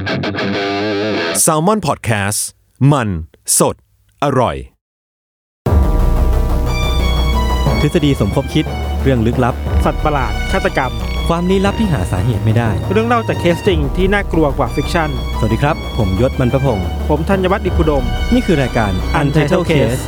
Salmon Podcast มันสดอร่อยทฤษฎีสมคบคิดเรื่องลึกลับสัตว์ประหลาดฆาตกรรมความลี้ลับที่หาสาเหตุไม่ได้เรื่องเล่าจากเคสจริงที่น่ากลัวกว่าฟิกชั่นสวัสดีครับผมยศมันประพงษ์ผมธัญวัฒน์อิพุดมนี่คือรายการ Untitled Case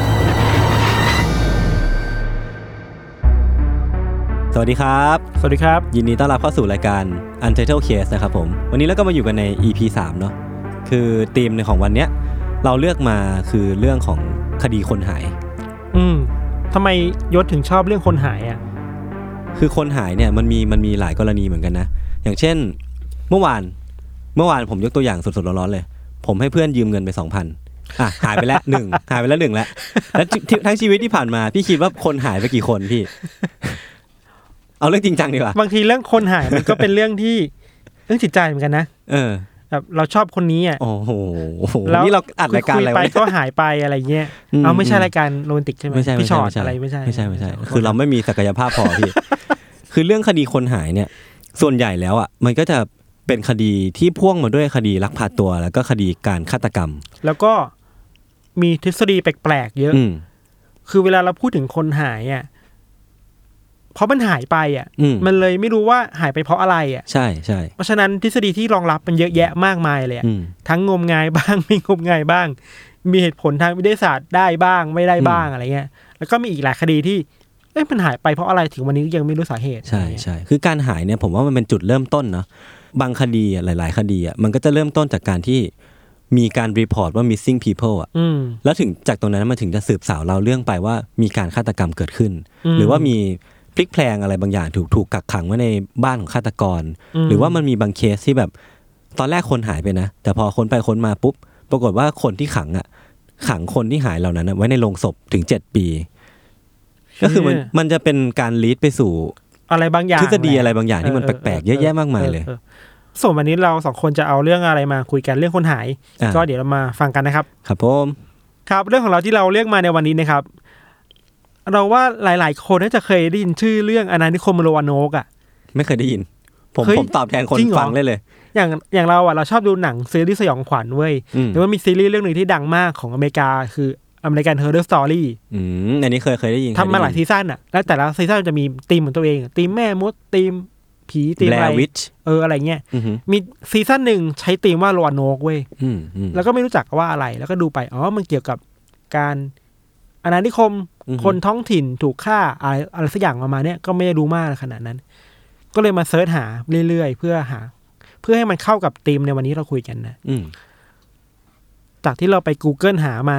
สวัสดีครับสวัสดีครับยินดีต้อนรับเข้าสู่รายการ Untitled Case นะครับผมวันนี้เราก็มาอยู่กันใน EP 3เนาะคือธีมในของวันเนี้ยเราเลือกมาคือเรื่องของคดีคนหายทำไมยศถึงชอบเรื่องคนหายอ่ะคือคนหายเนี่ยมันมีหลายกรณีเหมือนกันนะอย่างเช่นเมื่อวานผมยกตัวอย่างสดๆร้อนๆเลยผมให้เพื่อนยืมเงินไป 2,000 หายไปแล้ว1หายไปแล้ว1แล้วทั้งชีวิตที่ผ่านมาพี่คิดว่าคนหายไปกี่คนพี่ เอาเรื่องจริงจังดีกว่าบางทีเรื่องคนหายมันก็เป็นเรื่องที่เรื่องจิตใจเหมือนกันนะแบบเราชอบคนนี้อ่ะโอ้โหแล้วนี่เราอัดรายการอะไรไปก็หายไปอะไรเงี้ยเอาไม่ใช่รายการโรแมนติกใช่ไหมพี่ชอตอะไรไม่ใช่คือเราไม่มีศักยภาพพอพี่คือเรื่องคดีคนหายเนี่ยส่วนใหญ่แล้วอ่ะมันก็จะเป็นคดีที่พ่วงมาด้วยคดีลักพาตัวแล้วก็คดีการฆาตกรรมแล้วก็มีทฤษฎีแปลกๆเยอะคือเวลาเราพูดถึงคนหายอ่ะเพราะมันหายไปอ่ะมันเลยไม่รู้ว่าหายไปเพราะอะไรอ่ะใช่ใช่เพราะฉะนั้นทฤษฎีที่รองรับมันเยอะแยะมากมายเลยทั้งงมงายบ้างไม่งมงายบ้างมีเหตุผลทางวิทยาศาสตร์ได้บ้างไม่ได้บ้างอะไรเงี้ยแล้วก็มีอีกหลายคดีที่มันหายไปเพราะอะไรถึงวันนี้ยังไม่รู้สาเหตุใช่ใช่คือการหายเนี่ยผมว่ามันเป็นจุดเริ่มต้นเนาะบางคดีหลายๆคดีมันก็จะเริ่มต้นจากการที่มีการรีพอร์ตว่า missing people แล้วถึงจากตรงนั้นมันถึงจะสืบสาวเราเรื่องไปว่ามีการฆาตกรรมเกิดขึ้นหรือว่ามีพลิกแพลงอะไรบางอย่างถูกกักขังไว้ในบ้านของฆาตกรหรือว่ามันมีบางเคสที่แบบตอนแรกคนหายไปนะแต่พอค้นไปค้นมาปุ๊บปรากฏว่าคนที่ขังคนที่หายเหล่านั้นไว้ในโรงศพถึง7 ปีก็คือมันจะเป็นการลีดไปสู่อะไรบางอย่างทฤษฎีอะไรบางอย่างที่มันแปลกๆเยอะแยะมากมายเลยส่วนวันนี้เรา2คนจะเอาเรื่องอะไรมาคุยกันเรื่องคนหายก็เดี๋ยวเรามาฟังกันนะครับครับผมครับเรื่องของเราที่เราเลือกมาในวันนี้นะครับเราว่าหลายๆคนน่าจะเคยได้ยินชื่อเรื่องอาณานิคมโรวาโนกไม่เคยได้ยินผมตอบแทนคนฟังเลยอย่างเราเราชอบดูหนังซีรีส์สยองขวัญเว้ยแต่ว่ามีซีรีส์เรื่องนึงที่ดังมากของอเมริกาคือAmerican Horror Story อันนี้เคยได้ยินทำมาหลายซีซั่นแล้วแต่ละซีซั่นจะมีธีมของตัวเองธีมแม่มดธีมผีธีมอะไรอะไรเงี้ยมีซีซั่นหนึ่งใช้ธีมว่าโรวาโนกเว้ยแล้วก็ไม่รู้จักว่าอะไรแล้วก็ดูไปมันเกี่ยวกับการอาณานิคมคนท้องถิ่นถูกฆ่าอะไรสักอย่างประมาณนี้ก็ไม่ได้รู้มากขนาดนั้นก็เลยมาเสิร์ชหาเรื่อยๆเพื่อให้มันเข้ากับธีมในวันนี้เราคุยกันนะจากที่เราไป Google หามา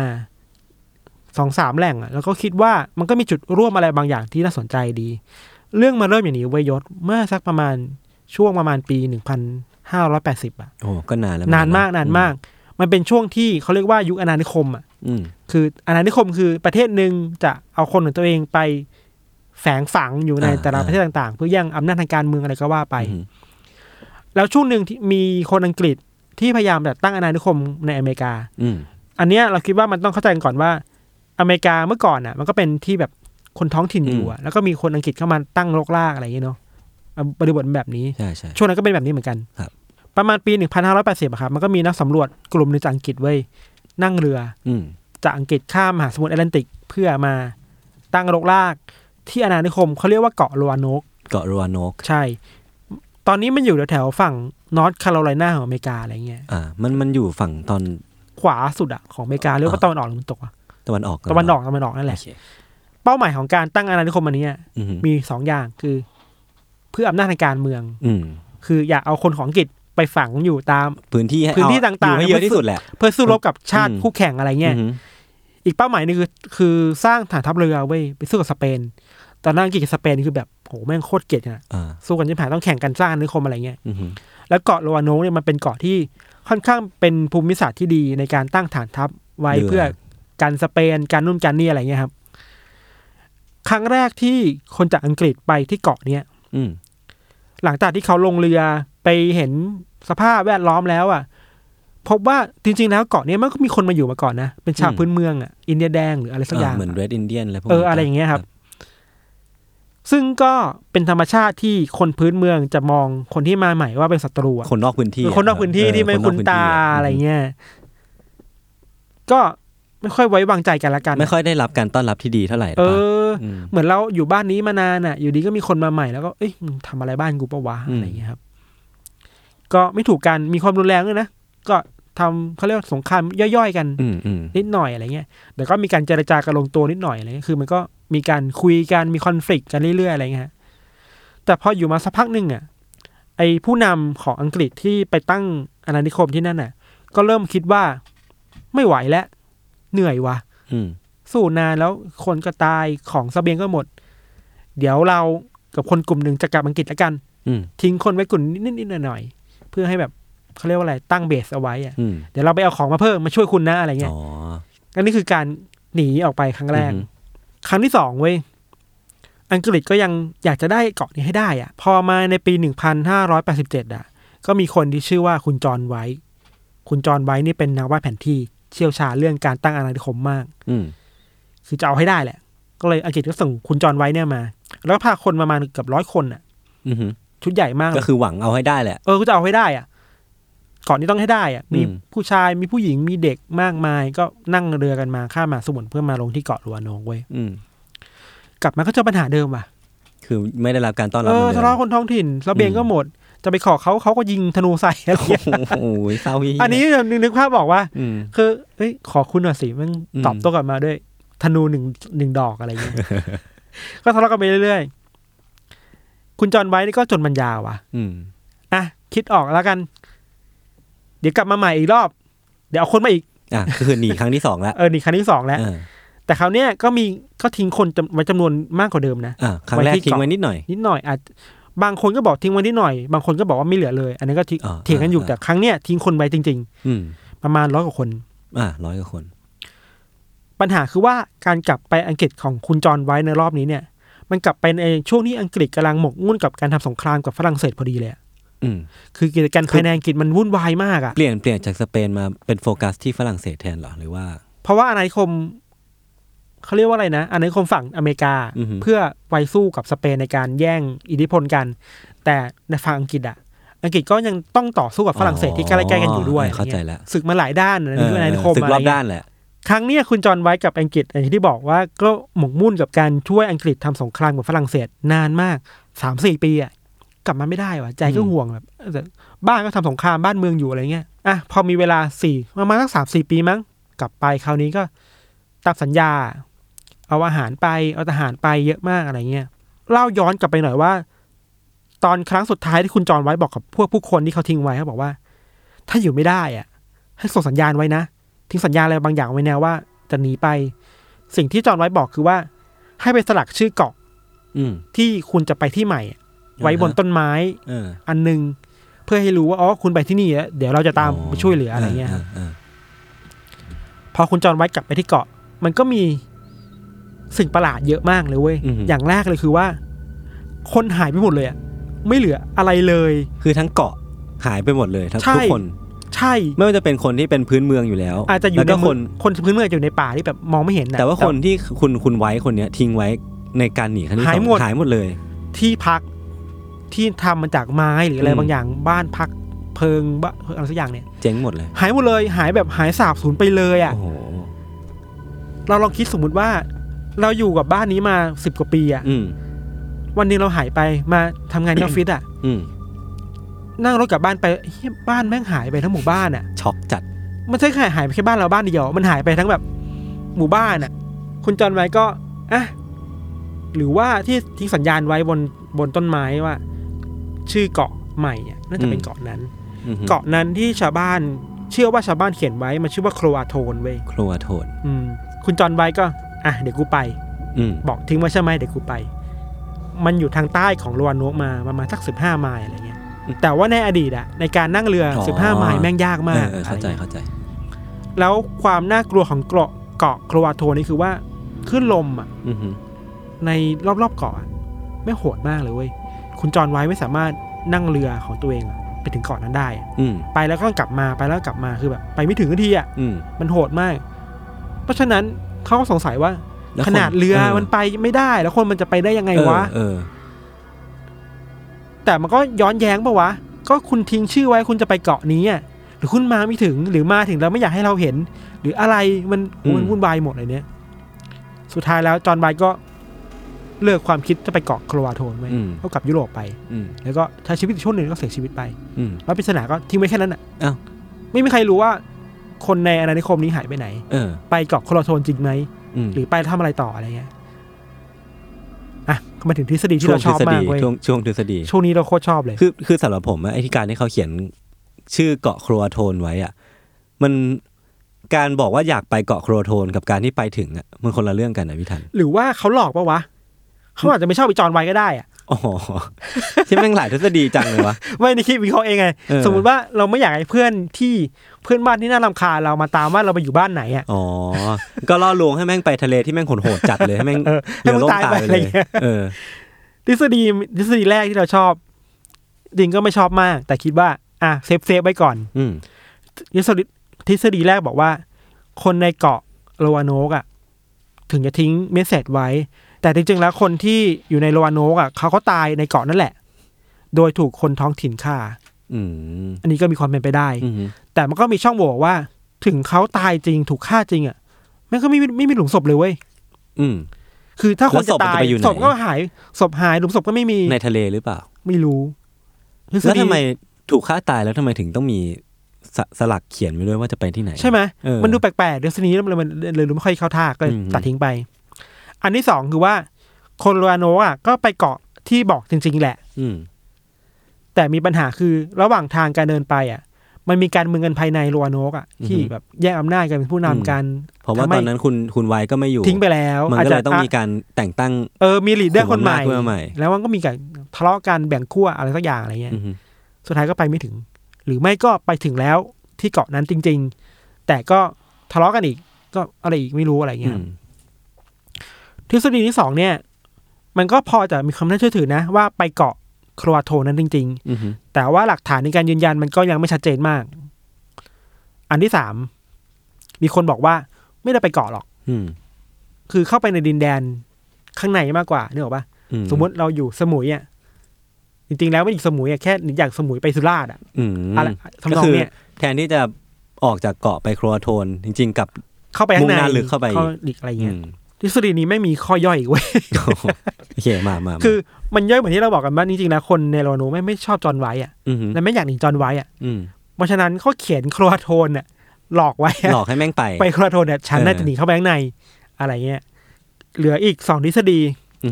2-3 แหล่งแล้วก็คิดว่ามันก็มีจุดร่วมอะไรบางอย่างที่น่าสนใจดีเรื่องมาเริ่มอย่างนี้เว้ยยศเมื่อสักประมาณช่วงประมาณปี1580 โอ้ก็นานแล้วนานมากมันเป็นช่วงที่เขาเรียกว่ายุคอาณานิคมคืออาณานิคมคือประเทศนึงจะเอาคนของตัวเองไปแฝงฝังอยู่ในแต่ละประเทศต่างๆเพื่อแย่งอำนาจทางการเมืองอะไรก็ว่าไปแล้วช่วงนึงที่มีคนอังกฤษที่พยายามแบบตั้งอาณานิคมในอเมริกาอันเนี้ยเราคิดว่ามันต้องเข้าใจกันก่อนว่าอเมริกาเมื่อก่อนมันก็เป็นที่แบบคนท้องถิ่นอยู่แล้วก็มีคนอังกฤษเข้ามาตั้งรกรากอะไรอย่างเงี้ยเนาะบริบทแบบนี้ช่วงนั้นก็เป็นแบบนี้เหมือนกันประมาณปี1580ครับมันก็มีนักสำรวจกลุ่มนึงจากอังกฤษเว้ยนั่งเรือจากอังกฤษข้ามมหาสมุทรแอตแลนติกเพื่อมาตั้งรกรากที่อาณานิคมเขาเรียกว่าเกาะโรวาโนกใช่ตอนนี้มันอยู่แถวฝั่งนอร์ทแคโรไลนาของอเมริกาอะไรเงี้ยมันอยู่ฝั่งตอนขวาสุดของอเมริกาเรียกว่าตะวันออกหรือตะวันตกตะวันออกนั่นแหละเป้าหมายของการตั้งอาณานิคมอันนี้มี2อย่างคือเพื่ออำนาจทางการเมืองคืออยากเอาคนของอังกฤษไปฝังอยู่ตามพื้นที่ต่างๆให้เยอะที่สุดแหละเพื่อสู้รบกับชาติคู่แข่งอะไรเงี้ยอีกเป้าหมายนึงคือสร้างฐานทัพเรือไว้ไปสู้กับสเปนตอนนั้นอังกฤษกับสเปนคือแบบโหแม่งโคตรเกลียดสู้กันจนผ่านต้องแข่งกันสร้างอาณานิคมอะไรเงี้ยแล้วเกาะโรวาโนกเนี่ยมันเป็นเกาะที่ค่อนข้างเป็นภูมิศาสตร์ที่ดีในการตั้งฐานทัพไว้เพื่อกันสเปนการนู่นกันนี่อะไรเงี้ยครับครั้งแรกที่คนจากอังกฤษไปที่เกาะเนี้ยหลังจากที่เขาลงเรือไปเห็นสภาพแวดล้อมแล้วพบว่าจริงๆแล้วเกาะนี้มันก็มีคนมาอยู่มาก่อนนะเป็นชาวพื้นเมืองอินเดียแดงหรืออะไรสักอย่างเหมือน Red Indian อะไรพวกอะไรอย่างเงี้ยครับซึ่งก็เป็นธรรมชาติที่คนพื้นเมืองจะมองคนที่มาใหม่ว่าเป็นศัตรูคนนอกพื้นที่คนนอกพื้นที่ที่ไม่คุ้นตาอะไรเงี้ยก็ไม่ค่อยไว้วางใจกันละกันไม่ค่อยได้รับการต้อนรับที่ดีเท่าไหร่เหมือนเราอยู่บ้านนี้มานานอ่ะอยู่ดีก็มีคนมาใหม่แล้วก็เอ้ยทำอะไรบ้านกูปะวะอะไรเงี้ยครับก็ไม่ถูกกันมีความรุนแรงด้วยนะก็ทำเขาเรียกสงครามย่อยๆกันนิดหน่อยอะไรเงี้ยแต่ก็มีการเจรจากันลงตัวนิดหน่อยอะไรเงี้ยคือมันก็มีการคุยกันมีคอนฟลิกต์กันเรื่อยๆอะไรเงี้ยแต่พออยู่มาสักพักนึงอ่ะไอ้ผู้นำของอังกฤษที่ไปตั้งอาณานิคมที่นั่นน่ะก็เริ่มคิดว่าไม่ไหวแล้วเหนื่อยวะสู้นานแล้วคนก็ตายของเสบียงก็หมดเดี๋ยวเรากับคนกลุ่มหนึ่งจะกลับอังกฤษแล้วกันทิ้งคนไว้กลุ่มนิดๆหน่อยๆเพื่อให้แบบเขาเรียกว่าอะไรตั้งเบสเอาไว้อ่ะเดี๋ยวเราไปเอาของมาเพิ่มมาช่วยคุณนะอะไรเงี้ยอันนี้คือการหนีออกไปครั้งแรกครั้งที่2เว้ยอังกฤษก็ยังอยากจะได้เกาะนี้ให้ได้อ่ะพอมาในปี1587อ่ะก็มีคนที่ชื่อว่าคุณจอห์นไวท์คุณจอห์นไวท์นี่เป็นนักวาดแผนที่เชี่ยวชาญเรื่องการตั้งอาณานิคมมากคือจะเอาให้ได้แหละก็เลยอังกฤษก็ส่งคุณจอห์นไวท์เนี่ยมาแล้วก็พาคนประมาณเกือบ100 คนอ่ะชุดใหญ่มากก็คือหวังเอาให้ได้แหละก็จะเอาให้ได้อ่ะเกาะนี้ต้องให้ได้อ่ะมีผู้ชายมีผู้หญิงมีเด็กมากมายก็นั่งเรือกันมาข้ามมหาสมุทรเพื่อมาลงที่เกาะลัวโนงเว้ยกลับมาก็เจอปัญหาเดิมว่ะคือไม่ได้รับการต้อนรับทะเลาะคนท้องถิ่นเสบียงก็หมดจะไปขอเขาก็ยิงธนูใส่อะไรอย่างเงี้ยโอ้ยเศร้าอันนี้นึกภาพบอกว่าคือเอ้ยขอคุณหน่อยสิมันตอบโต้กลับมาด้วยธนูหนึ่งดอกอะไรเงี้ยก็ทะเลาะกันไปเรื่อยๆคุณจอห์นไวท์นี่ก็จนปัญญาว่ะคิดออกแล้วกันเดี๋ยวกลับมาใหม่อีกรอบเดี๋ยวเอาคนมาอีกคือหนีครั้งที่2แล้วหนีครั้งที่2แล้วแต่คราวเนี้ยก็ทิ้งคนไว้จำนวนมากกว่าเดิมนะครั้งแรกทิ้งไว้นิดหน่อยอาจบางคนก็บอกทิ้งไว้นิดหน่อยบางคนก็บอกว่าไม่เหลือเลยอันนี้ก็เถียงกันอยู่แต่ครั้งเนี้ยทิ้งคนไว้จริงๆประมาณ100 กว่าคน 100 กว่าคนปัญหาคือว่าการกลับไปอังกฤษของคุณจอห์นไวท์ในรอบนี้เนี่ยมันกลับไปในช่วงที่อังกฤษกำลังหมกมุ่นกับการทำสงครามกับฝรั่งเศสพอดีเลยคือกิจการภายในอังกฤษมันวุ่นวายมากเปลี่ยนจากสเปนมาเป็นโฟกัสที่ฝรั่งเศสแทนหรอหรือว่าเพราะว่าอาณานิคมเขาเรียกว่าอะไรนะอาณานิคมฝั่งอเมริกาเพื่อไว้สู้กับสเปนในการแย่งอิทธิพลกันแต่ในฝั่งอังกฤษอังกฤษก็ยังต้องต่อสู้กับฝรั่งเศสที่ใกล้ๆกันอยู่ด้วยเข้าใจแล้วศึกมาหลายด้านอาณานิคมศึกรอบด้านแหละครั้งนี้คุณจอห์นไวท์กับอังกฤษอย่างที่บอกว่าก็หมกมุ่นกับการช่วยอังกฤษทำสงครามกับฝรั่งเศสนานมาก 3-4 ปีกลับมาไม่ได้ว่ะใจก็ห่วงแบบบ้านก็ทำสงครามบ้านเมืองอยู่อะไรเงี้ยพอมีเวลาประมาณสัก 3-4 ปีมั้งกลับไปคราวนี้ก็ตามสัญญาเอาอาหารไปเอาทหารไปเยอะมากอะไรเงี้ยเล่าย้อนกลับไปหน่อยว่าตอนครั้งสุดท้ายที่คุณจอห์นไวท์บอกกับพวกผู้คนที่เขาทิ้งไว้เขาบอกว่าถ้าอยู่ไม่ได้ให้ส่งสัญญาณไว้นะทิ้งสัญญาณอะไรบางอย่างไว้แนวว่าจะหนีไปสิ่งที่จอห์นไวท์บอกคือว่าให้ไปสลักชื่อเกาะที่คุณจะไปที่ใหม่ไว้บนต้นไม้อันนึงเพื่อให้รู้ว่าคุณไปที่นี่แล้วเดี๋ยวเราจะตามไปช่วยเหลืออะไรเงี้ยพอคุณจอห์นไวท์กลับไปที่เกาะมันก็มีสิ่งประหลาดเยอะมากเลยเว้ยอย่างแรกเลยคือว่าคนหายไปหมดเลยไม่เหลืออะไรเลยคือทั้งเกาะหายไปหมดเลยทั้งทุกคนใช่ไม่ว่าจะเป็นคนที่เป็นพื้นเมืองอยู่แล้วอาจจะอยู่ในคนพื้นเมืองอยู่ในป่าที่แบบมองไม่เห็นแต่ว่าคนที่คุณไว้คนเนี้ยทิ้งไว้ในการหนีครั้งนี้หายหมดเลยที่พักที่ทำมาจากไม้หรืออะไรบางอย่างบ้านพักเพิงอะไรสักอย่างเนี่ยเจ๊งหมดเลยหายหมดเลยหายแบบหายสาบสูญไปเลยเราลองคิดสมมุติว่าเราอยู่กับบ้านนี้มา10 กว่าปีวันนึงเราหายไปมาทำงานที่ออฟฟิศนั่งรถกลับบ้านไปบ้านแม่งหายไปทั้งหมู่บ้านช็อกจัดมันใช่แค่หายไปแค่บ้านเราบ้านเดียวมันหายไปทั้งแบบหมู่บ้านคุณจอห์นไวท์ก็หรือว่าที่ทิ้งสัญญาณไว้บนต้นไม้ว่าชื่อเกาะใหม่น่าจะเป็นเกาะนั้นเกาะนั้นที่ชาวบ้านเชื่อว่าชาวบ้านเขียนไว้มันชื่อว่าโครอาโทนเว้ยโครอาโทนคุณจอห์นไวท์ก็เดี๋ยวกูไปบอกทิ้งไว้ใช่ไหมเดี๋ยวกูไปมันอยู่ทางใต้ของลัวโนกมาประมาณสัก15 ไมล์อะไรเงี้ยแต่ว่าในอดีตในการนั่งเรือ15 ไมล์แม่งยากมากเข้าใจแล้วความน่ากลัวของเกาะโครอาโทนนี่คือว่าคลื่นลมในรอบๆเกาะไม่โหดมากเลยเว้ยคุณจอห์นไวท์ไม่สามารถนั่งเรือของตัวเองไปถึงเกาะนั้นได้ไปแล้วก็กลับมาไปแล้วกลับมาคือแบบไปไม่ถึงนาทีมันโหดมากเพราะฉะนั้นเขาก็สงสัยว่าขนาดเรือมันไปไม่ได้แล้วคนมันจะไปได้ยังไงวะแต่มันก็ย้อนแย้งป่ะวะก็คุณทิ้งชื่อไว้คุณจะไปเกาะนี้หรือคุณมาไม่ถึงหรือมาถึงแล้วไม่อยากให้เราเห็นหรืออะไรมันวุ่นวายหมดเลยเนี่ยสุดท้ายแล้วจอห์นไบก็เลิกความคิดจะไปเกาะโครวาโทนไว้ก็กลับยุโรปไปแล้วก็ใช้ชีวิตช่วงหนึ่งก็เสียชีวิตไปแล้วปริศนาก็ทิ้งไว้แค่นั้นไม่มีใครรู้ว่าคนในอาณานิคมนี้หายไปไหนไปเกาะโครวาโทนจริงไหมหรือไปทำอะไรต่ออะไรเงี้ยมาถึงทฤษฎีที่เราชอบมากเว้ยช่วงทฤษฎีช่วงนี้เราโคตรชอบเลยคือสำหรับผมไอ้ที่การที่เขาเขียนชื่อเกาะโครวาโทนไว้มันการบอกว่าอยากไปเกาะโครวาโทนกับการที่ไปถึงมันคนละเรื่องกันนะพี่ทันหรือว่าเขาหลอกป่ะวะเขาอาจจะไม่ชอบไปจอนไว้ก็ได้อ๋อที่แม่งหลายทฤษฎีจังเลยวะไม่ในคิดวิเคราะห์เองไงสมมติว่าเราไม่อยากให้เพื่อนบ้านที่น่ารำคาญเรามาตามว่าเราไปอยู่บ้านไหนอ๋อก็ล่อลวงให้แม่งไปทะเลที่แม่งโหดจัดเลยให้แม่งเรือล่มตายเลยทฤษฎีแรกที่เราชอบจริงก็ไม่ชอบมากแต่คิดว่าเซฟไว้ก่อนทฤษฎีแรกบอกว่าคนในเกาะโรวาโนกถึงจะทิ้งเมสเสจไว้แต่จริงๆแล้วคนที่อยู่ในโรวาโนกเขาก็ตายในเกาะนั่นแหละโดยถูกคนท้องถิ่นฆ่าอันนี้ก็มีความเป็นไปได้แต่มันก็มีช่องโหว่ว่าถึงเขาตายจริงถูกฆ่าจริงมันก็ไม่มีหลุมศพเลยเว้ยคือถ้าคนจะตายศพก็หายศพหายหลุมศพก็ไม่มีในทะเลหรือเปล่าไม่รู้แล้วทำไมถูกฆ่าตายแล้วทำไมถึงต้องมีสลักเขียนไว้ด้วยว่าจะไปที่ไหนใช่ไหมมันดูแปลกๆเดี๋ยวนี้มันเลยไม่ค่อยเข้าท่าก็ตัดทิ้งไปอันที่สองคือว่าคนโรวาโนก็ไปเกาะที่บอกจริงๆแหละแต่มีปัญหาคือระหว่างทางการเดินไปมันมีการเมืองกันภายในโรวาโนกที่แบบแย่งอำนาจกันเป็นผู้นำกันเพราะว่าตอนนั้นคุณไวก็ไม่อยู่ทิ้งไปแล้วมันก็เลยต้องมีการแต่งตั้งมีลีดเดอร์คนใหม่แล้วมันก็มีการทะเลาะกันแบ่งขั้วอะไรสักอย่างอะไรเงี้ยสุดท้ายก็ไปไม่ถึงหรือไม่ก็ไปถึงแล้วที่เกาะนั้นจริงๆแต่ก็ทะเลาะกันอีกก็อะไรอีกไม่รู้อะไรเงี้ยทฤษฎีที่สองเนี่ยมันก็พอจะมีความน่าเชื่อถือนะว่าไปเกาะโครวาโทนั้นจริงๆแต่ว่าหลักฐานในการยืนยันมันก็ยังไม่ชัดเจนมากอันที่สามมีคนบอกว่าไม่ได้ไปเกาะหรอกคือเข้าไปในดินแดนข้างในมากกว่านึกออกปะสมมติเราอยู่สมุยจริงๆแล้วไม่อยู่สมุยแค่อยากสมุยไปสุราษฎร์อะไรทำนองเนี้ยแทนที่จะออกจากเกาะไปโครวาโทนจริงๆกับเข้าไปข้างในหรือเข้าไปอะไรเงี้ยทฤษฎีนี้ไม่มีข้อย่อยอีกเว้ยโอเคมาคือมันย่อยเหมือนที่เราบอกกันว่าจริงๆนะคนในโรวาโนไม่ชอบจอห์นไวท์และไม่อยากหนีจอห์นไวท์เพราะฉะนั้นเขาเขียนโครวาโทนหลอกไว้หลอกให้แม่งไปโครวาโทนฉันน่าจะหนีเข้าไปข้างในอะไรเงี้ยเหลืออีก2ทฤษฎี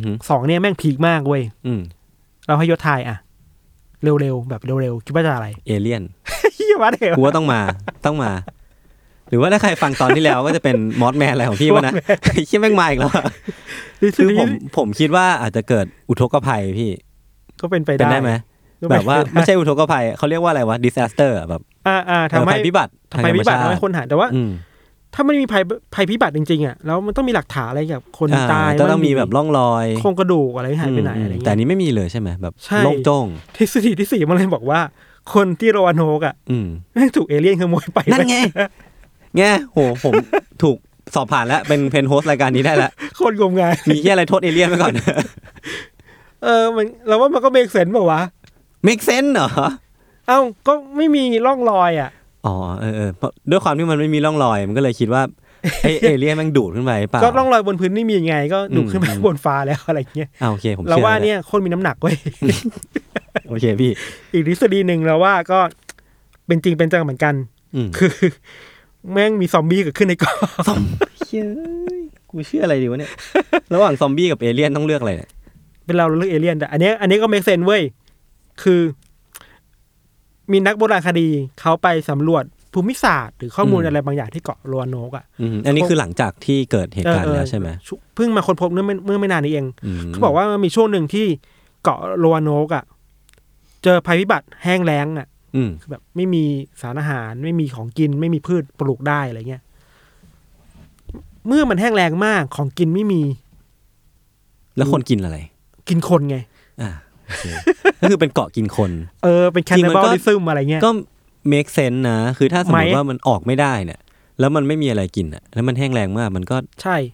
2เนี่ยแม่งพีคมากเว้ยเราให้ยศทายเร็วๆแบบเร็วๆคิดว่าจะอะไรเอเลี่ยนว่าเดี๋ยวกูว่าต้องมาหรือว่าถ้าใครฟังตอนที่แล้วก็จะเป็นมอสแมนอะไรของพี่วะนะคิดแม่งมาอีกแล้วคือผมคิดว่าอาจจะเกิดอุทกภัยพี่ก็เป็นไปได้ไหมแบบว่าไม่ใช่อุทกภัยเขาเรียกว่าอะไรวะ disaster แบบทำให้ภัยพิบัติทำให้คนหายแต่ว่าถ้ามันมีภัยพิบัติจริงๆแล้วมันต้องมีหลักฐานอะไรกับคนตายต้องมีแบบร่องรอยโครงกระดูกอะไรหายไปไหนอะไรเงี้ยแต่นี้ไม่มีเลยใช่ไหมแบบโล่งโจ้งทฤษฎีที่4มันเลยบอกว่าคนที่โรวาโนกแม่งถูกเอเลี่ยนขโมยไปนั่นไงโหผมถูกสอบผ่านแล้วเป็นเพนโฮสรายการนี้ได้แล้วโคตรงมงายมีแค่อะไรโทษเอเลี่ยนไว้ก่อนมันเราว่ามันก็เมคเซนส์ป่ะวะเมคเซนส์เหรอก็ไม่มีร่องรอยอ๋อเพราะด้วยความที่มันไม่มีร่องรอยมันก็เลยคิดว่าเอเลี่ยนมันดูดขึ้นไปเปล่าก็ร่องรอยบนพื้นนี่มีไงก็ดูดขึ้นไปบนฟ้าแล้วอะไรเงี้ยโอเคผมเราว่าเนี่ยคนมีน้ำหนักเว้ยโอเคพี่อีกทฤษฎีนึงเราว่าก็เป็นจริงเป็นจังเหมือนกันคือแม่งมีซอมบี้เกิดขึ้นในเกาะซอมบี้กูเชื่ออะไรดีวะเนี่ยระหว่างซอมบี้กับเอเลี่ยนต้องเลือกอะไรเนี่ยเป็นเราเลือกเอเลี่ยนแต่อันนี้ก็เมคเซนส์เว้ยคือมีนักโบราณคดีเขาไปสำรวจภูมิศาสตร์หรือข้อมูลอะไรบางอย่างที่เกาะโรวาโนกอันนี้คือหลังจากที่เกิดเหตุการณ์แล้วใช่ไหมเพิ่งมาค้นพบเมื่อไม่นานนี้เองเขาบอกว่ามันมีช่วงหนึ่งที่เกาะโรวาโนกเจอภัยพิบัติแห้งแล้งคือแบบไม่มีสารอาหารไม่มีของกินไม่มีพืชปลูกได้อะไรเงี้ยเมื่อมันแห้งแล้งมากของกินไม่มีแล้วคนกินอะไรกินคนไงก็คือเป็นเกาะกินคนเป็นแคนนิบาลิซึมอะไรเงี้ยก็เมคเซนส์นะคือถ้าสมมติว่ามันออกไม่ได้เนี่ยแล้วมันไม่มีอะไรกินแล้วมันแห้งแล้งมากมันก็ใช่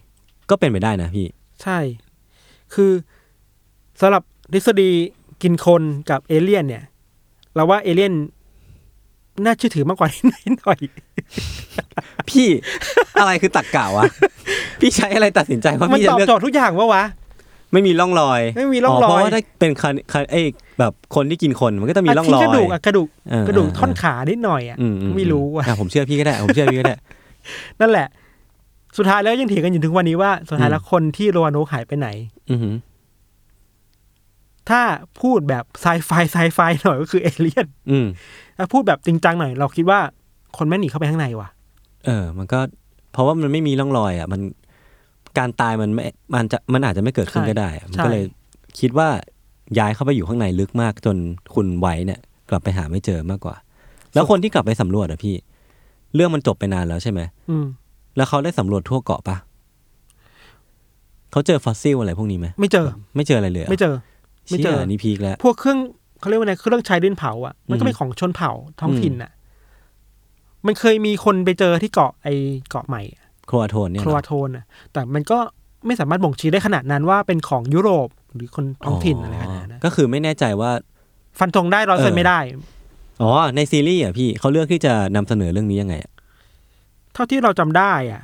ก็เป็นไปได้นะพี่ใช่คือสำหรับทฤษฎีกินคนกับเอเลี่ยนเนี่ยเราว่าเอเลี่ยนน่าเชื่อถือมากกว่านิดหน่อยพี่อะไรคือตรรกะวะพี่ใช้อะไรตัดสินใจว่าพี่จะเลือกมันตอบโจทย์ทุกอย่างวะไม่มีร่องรอยเพราะว่าถ้าเป็นแบบคนที่กินคนมันก็ต้องมีร่องรอยกระดูกท่อนขานิดหน่อยอ่ะไม่รู้อ่ะผมเชื่อพี่ก็ได้นั่นแหละสุดท้ายแล้วยังเถียงกันอยู่ถึงวันนี้ว่าสุดท้ายแล้วคนที่โรวาโนหายไปไหนถ้าพูดแบบไซไฟหน่อยก็คือเอเลี่ยนถ้าพูดแบบจริงจังหน่อยเราคิดว่าคนแม่งหนีเข้าไปข้างในว่ะมันก็เพราะว่ามันไม่มีร่องรอยอ่ะมันการตายมันอาจจะไม่เกิดขึ้นก็ได้มันก็เลยคิดว่าย้ายเข้าไปอยู่ข้างในลึกมากจนคุณไว้เนี่ยกลับไปหาไม่เจอมากกว่าแล้วคนที่กลับไปสำรวจอ่ะพี่เรื่องมันจบไปนานแล้วใช่ไหมแล้วเขาได้สำรวจทั่วเกาะปะเขาเจอฟอสซิลอะไรพวกนี้ไหมไม่เจออะไรเลยไม่เจอนี่พีคแล้วพวกเครื่องเขาเรียกว่าไงเครื่องใช้ดินเผาอ่ะมันก็เป็นของชนเผ่าท้องถิ่นอ่ะมันเคยมีคนไปเจอที่เกาะเกาะใหม่โครอาโทนเนี่ยโครอาโทนอ่ะแต่มันก็ไม่สามารถบ่งชี้ได้ขนาดนั้นว่าเป็นของยุโรปหรือคนท้องถิ่นอะไรขนาดนั้นก็คือไม่แน่ใจว่าฟันธงได้100%ไม่ได้ในซีรีส์อ่ะพี่เขาเลือกที่จะนำเสนอเรื่องนี้ยังไงเท่าที่เราจำได้อ่ะ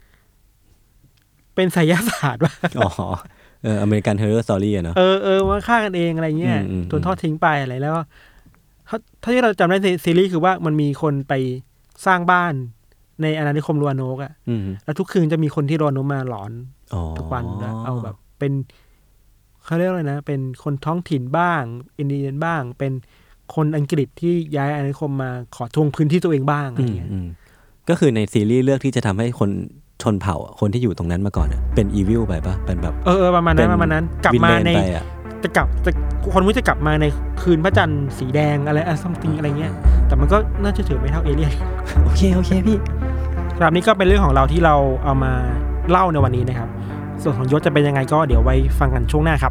เป็นไสยศาสตร์ว่าอเมริกันเฮอร์เรอร์สตอรี่อ่ะเนาะมาฆ่ากันเองอะไรเงี้ยโดนทอดทิ้งไปอะไรแล้วถ้าที่เราจำได้ในซีรีส์คือว่ามันมีคนไปสร้างบ้านในอาณานิคมโรวาโนกอ่ะแล้วทุกคืนจะมีคนที่โรวาโนมาหลอนทุกวันเอาแบบเป็นเขาเรียกอะไรนะเป็นคนท้องถิ่นบ้างอินเดียนบ้างเป็นคนอังกฤษที่ย้ายอาณานิคมมาขอทวงพื้นที่ตัวเองบ้างอะไรเงี้ยก็คือในซีรีส์เลือกที่จะทำให้คนชนเผ่าคนที่อยู่ตรงนั้นมาก่อนเป็นอีวิลไปปะเป็นแบบประมาณนั้นกลับมาในจะคนมุ้จะกลับมาในคืนพระจันทร์สีแดงอะไรซัมติงอะไรเงี้ยแต่มันก็น่าจะถือไม่เท่าเอเลี่ยนโอเคพี่ครับนี่ก็เป็นเรื่องของเราที่เราเอามาเล่าในวันนี้นะครับส่วนของยศจะเป็นยังไงก็เดี๋ยวไว้ฟังกันช่วงหน้าครับ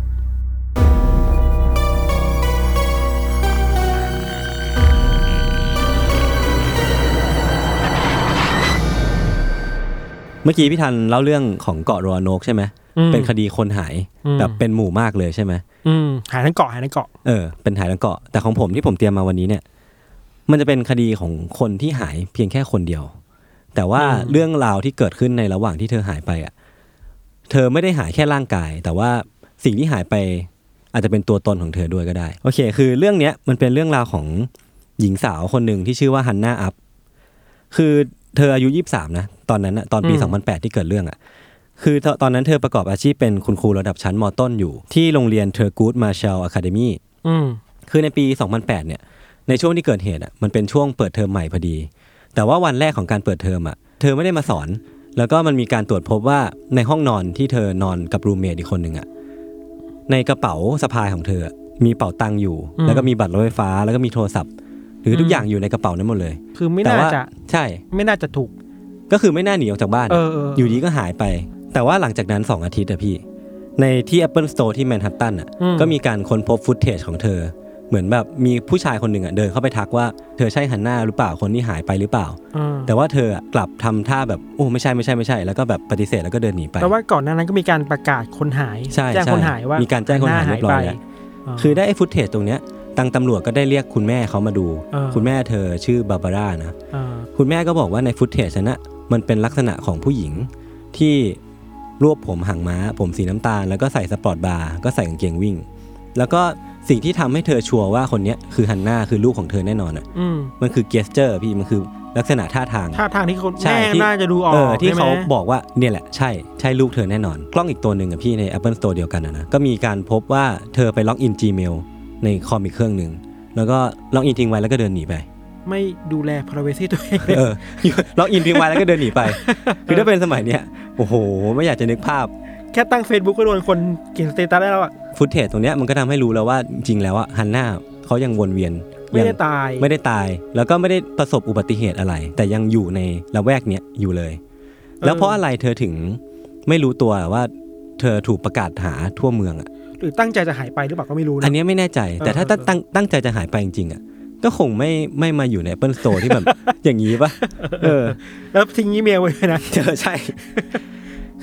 เมื่อกี้พี่ทันเล่าเรื่องของเกาะโรวาโนกใช่ไหมเป็นคดีคนหายแบบเป็นหมู่มากเลยใช่ไหมหายทั้งเกาะเป็นหายทั้งเกาะแต่ของผมที่ผมเตรียมมาวันนี้เนี่ยมันจะเป็นคดีของคนที่หายเพียงแค่คนเดียวแต่ว่าเรื่องราวที่เกิดขึ้นในระหว่างที่เธอหายไปอ่ะเธอไม่ได้หายแค่ร่างกายแต่ว่าสิ่งที่หายไปอาจจะเป็นตัวตนของเธอด้วยก็ได้โอเคคือเรื่องเนี้ยมันเป็นเรื่องราวของหญิงสาวคนหนึ่งที่ชื่อว่าฮันน่าอัพคือเธออายุ23นะตอนนั้นตอนปี2008ที่เกิดเรื่องอ่ะคือตอนนั้นเธอประกอบอาชีพเป็นคุณครูระดับชั้นม.ต้นอยู่ที่โรงเรียนเทอร์กูดมาร์แชลอะคาเดมี่คือในปี2008เนี่ยในช่วงที่เกิดเหตุอ่ะมันเป็นช่วงเปิดเทอมใหม่พอดีแต่ว่าวันแรกของการเปิดเทอมอ่ะเธอไม่ได้มาสอนแล้วก็มันมีการตรวจพบว่าในห้องนอนที่เธอนอนกับรูมเมทอีกคนนึงอ่ะในกระเป๋าสะพายของเธอมีเป๋าตังค์อยู่แล้วก็มีบัตรรถไฟฟ้าแล้วก็มีโทรศัพท์หรือทุกอย่างอยู่ในกระเป๋านั้นหมดเลยคือไม่น่าจะใช่ไม่น่าจะถูกก็คือไม่น่าหนีออกจากบ้านอยู่ดีก็หายไปแต่ว่าหลังจากนั้น2อาทิตย์อะพี่ในที่ Apple Store ที่แมนฮัตตันอะก็มีการค้นพบฟุตเทจของเธอเหมือนแบบมีผู้ชายคนหนึ่งอะเดินเข้าไปทักว่าเธอใช่ฮันน่าหรือเปล่าคนที่หายไปหรือเปล่าแต่ว่าเธอกลับทำท่าแบบโอ้ไม่ใช่แล้วก็แบบปฏิเสธแล้วก็เดินหนีไปแต่ว่าก่อนหน้านั้นก็มีการประกาศคนหายแจ้งคนหายว่ามีการแจ้งคนหายเรียบร้อยแล้วคือได้ไอ้ฟุตเทจตรงเนี้ยทางตำรวจก็ได้เรียกคุณแม่เขามาดูคุณแม่เธอชื่อบาบาร่านะคุณแม่ก็บอกว่าในฟุตเทจนั้นนะมันเป็นลักษณะของผู้หญิงที่รวบผมหางม้าผมสีน้ำตาลแล้วก็ใส่สปอร์ตบาร์ก็ใส่กางเกงวิ่งแล้วก็สิ่งที่ทำให้เธอชัวร์ว่าคนนี้คือฮันน่าคือลูกของเธอแน่นอนอ่ะมันคือเกสเจอร์พี่มันคือลักษณะท่าทางที่คนแม่น่าจะดูออกที่เขาบอกว่าเนี่ยแหละใช่ลูกเธอแน่นอนกล้องอีกตัวนึงอ่ะพี่ใน Apple Store เดียวกันนะก็มีการพบว่าเธอไปล็อกอิน Gmail ในคอมอีกเครื่องนึงแล้วก็ล็อกอินทิ้งไว้แล้วก็เดินหนีไปไม่ดูแล privacy ตัวเองล็อกอินทิ้งไว้แล้วก็เดินหนีไปคือถ้าเป็นสมัยเนี้ยโอ้โหไม่อยากจะนึกภาพแค่ตั้ง Facebook ก็โดนคนเขียนสเตตัสได้แล้วอ่ะฟุตเทจตรงเนี้ยมันก็ทำให้รู้แล้วว่าจริงแล้วอ่ะฮันน่าเขายังวนเวียนไม่ได้ตายแล้วก็ไม่ได้ประสบอุบัติเหตุอะไรแต่ยังอยู่ในละแวกเนี้ยอยู่เลยแล้วเพราะอะไรเธอถึงไม่รู้ตัวว่าเธอถูกประกาศหาทั่วเมืองอ่ะหรือตั้งใจจะหายไปหรือเปล่าก็ไม่รู้นะอันนี้ไม่แน่ใจแต่ถ้าตั้งใจจะหายไปจริงๆอ่ะก็คงไม่มาอยู่ใน Apple Store ที่แบบ อย่างนี้ป่ะแล้วทิ้งอีเมลไว้นะใช่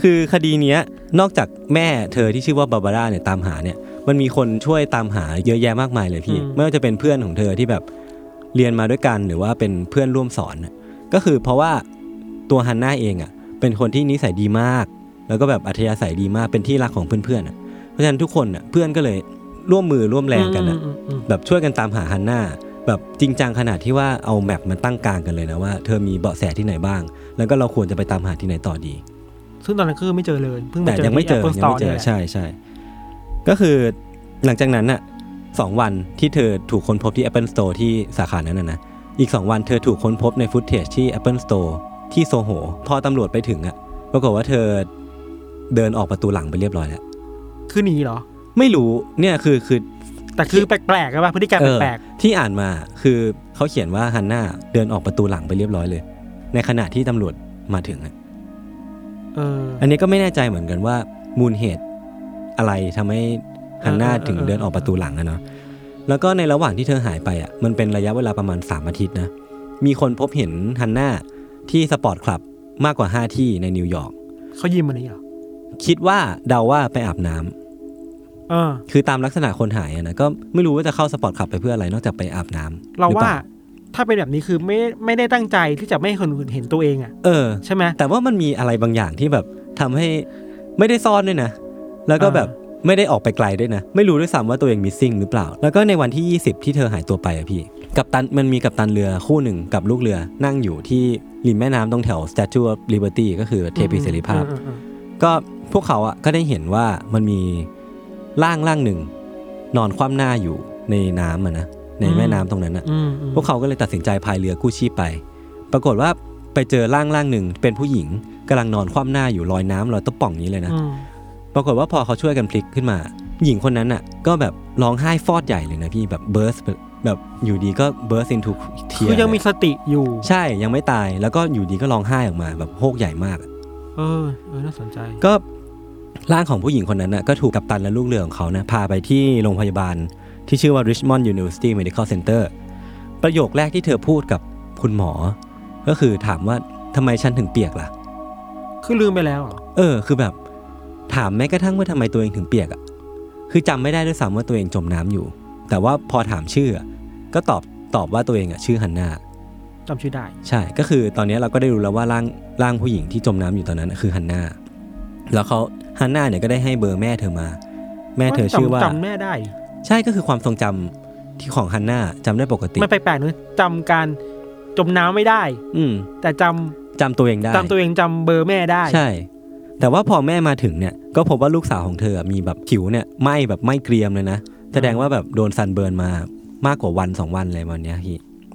คือคดีเนี้ยนอกจากแม่เธอที่ชื่อว่าบาบาร่าเนี่ยตามหาเนี่ยมันมีคนช่วยตามหาเยอะแยะมากมายเลยพี่ไม่ว่าจะเป็นเพื่อนของเธอที่แบบเรียนมาด้วยกันหรือว่าเป็นเพื่อนร่วมสอนก็คือเพราะว่าตัวฮันน่าเองอ่ะเป็นคนที่นิสัยดีมากแล้วก็แบบอัธยาศัยดีมากเป็นที่รักของเพื่อนๆเพราะฉะนั้นทุกคนเพื่อนก็เลยร่วมมือร่วมแรงกันแบบช่วยกันตามหาฮันน่าแบบจริงจังขนาดที่ว่าเอาแมปมาตั้งกลางกันเลยนะว่าเธอมีเบาะแสที่ไหนบ้างแล้วก็เราควรจะไปตามหาที่ไหนต่อดีซึ่งตอนนั้นคือไม่เจอเลยเพิ่งมาเจอยังไม่เจอใช่ก็คือหลังจากนั้นน่ะ2วันที่เธอถูกค้นพบที่ Apple Store ที่สาขานั้นนะอีก2วันเธอถูกค้นพบในฟุตเทจที่ Apple Store ที่โซโหพอตำรวจไปถึงปรากฏว่าเธอเดินออกประตูหลังไปเรียบร้อยแล้วคือหนีเหรอไม่รู้เนี่ยคือแต่คือแปลกๆใช่ป่ะพฤติกรรมแปลกๆที่อ่านมาคือเขาเขียนว่าฮันน่าเดินออกประตูหลังไปเรียบร้อยเลยในขณะที่ตำรวจมาถึงอันนี้ก็ไม่แน่ใจเหมือนกันว่ามูลเหตุอะไรทำให้ฮันน่าถึงเดินออกประตูหลังเนาะแล้วก็ในระหว่างที่เธอหายไปมันเป็นระยะเวลาประมาณ3อาทิตย์นะมีคนพบเห็นฮันน่าที่สปอร์ตคลับมากกว่า5ที่ในนิวยอร์กเขายิ้มมาเนี่ยหรอคิดว่าเดาว่าไปอาบน้ำคือตามลักษณะคนหายนะก็ไม่รู้ว่าจะเข้าสปอร์ตคลับไปเพื่ออะไรนอกจากไปอาบน้ำเราว่าถ้าเป็นแบบนี้คือไม่ได้ตั้งใจที่จะไม่ให้คนอื่นเห็นตัวเองใช่ไหมแต่ว่ามันมีอะไรบางอย่างที่แบบทำให้ไม่ได้ซ่อนด้วยนะแล้วก็แบบไม่ได้ออกไปไกลด้วยนะไม่รู้ด้วยซ้ำว่าตัวเองมิสซิ่งหรือเปล่าแล้วก็ในวันที่20ที่เธอหายตัวไปพี่กัปตันมันมีกัปตันเรือคู่หนึ่งกับลูกเรือนั่งอยู่ที่ริมแม่น้ำตรงแถว Statue of Liberty ก็คือเทพีเสรีภาพก็พวกเขาก็ได้เห็นว่ามันมีร่างหนึ่งนอนคว่ำหน้าอยู่ในน้ำนะในแม่น้ำตรงนั้นพวกเขาก็เลยตัดสินใจพายเรือกู้ชีพไปปรากฏว่าไปเจอร่างหนึ่งเป็นผู้หญิงกำลังนอนคว่ำหน้าอยู่ลอยน้ำลอยตะป่องนี้เลยนะปรากฏว่าพอเขาช่วยกันพลิกขึ้นมาหญิงคนนั้นก็แบบร้องไห้ฟอดใหญ่เลยนะพี่แบบเบิร์สแบบอยู่ดีก็เบิร์ส into เทียร์คือยังมีสติอยู่ใช่ยังไม่ตายแล้วก็อยู่ดีก็ร้องไห้ออกมาแบบโฮกใหญ่มากน่าสนใจก็ร่างของผู้หญิงคนนั้นก็ถูกกัปตันและลูกเรือของเขาพาไปที่โรงพยาบาลที่ชื่อว่า Richmond University Medical Center ประโยคแรกที่เธอพูดกับคุณหมอก็คือถามว่าทำไมฉันถึงเปียกล่ะคือลืมไปแล้วคือแบบถามแม้กระทั่งว่าทำไมตัวเองถึงเปียกคือจำไม่ได้ด้วยซ้ำว่าตัวเองจมน้ำอยู่แต่ว่าพอถามชื่อก็ตอบว่าตัวเองชื่อฮันน่าจำชื่อได้ใช่ก็คือตอนนี้เราก็ได้รู้แล้วว่าร่างผู้หญิงที่จมน้ำอยู่ตอนนั้นคือฮันน่าแล้วเขาฮันน่าเนี่ยก็ได้ให้เบอร์แม่เธอมาแม่เธอชื่อว่าจำแม่ได้ใช่ก็คือความทรงจำที่ของฮันน่าจำได้ปกติไม่แปลกๆนะจำการจมน้ำไม่ได้แต่จำตัวเองได้จำตัวเองจำเบอร์แม่ได้ใช่แต่ว่าพอแม่มาถึงเนี่ยก็พบว่าลูกสาวของเธอมีแบบผิวเนี่ยไหม้แบบไหม้เกรียมเลยนะแสดงว่าแบบโดนซันเบิร์นมามากกว่าวัน2วันเลยวันนี้พี่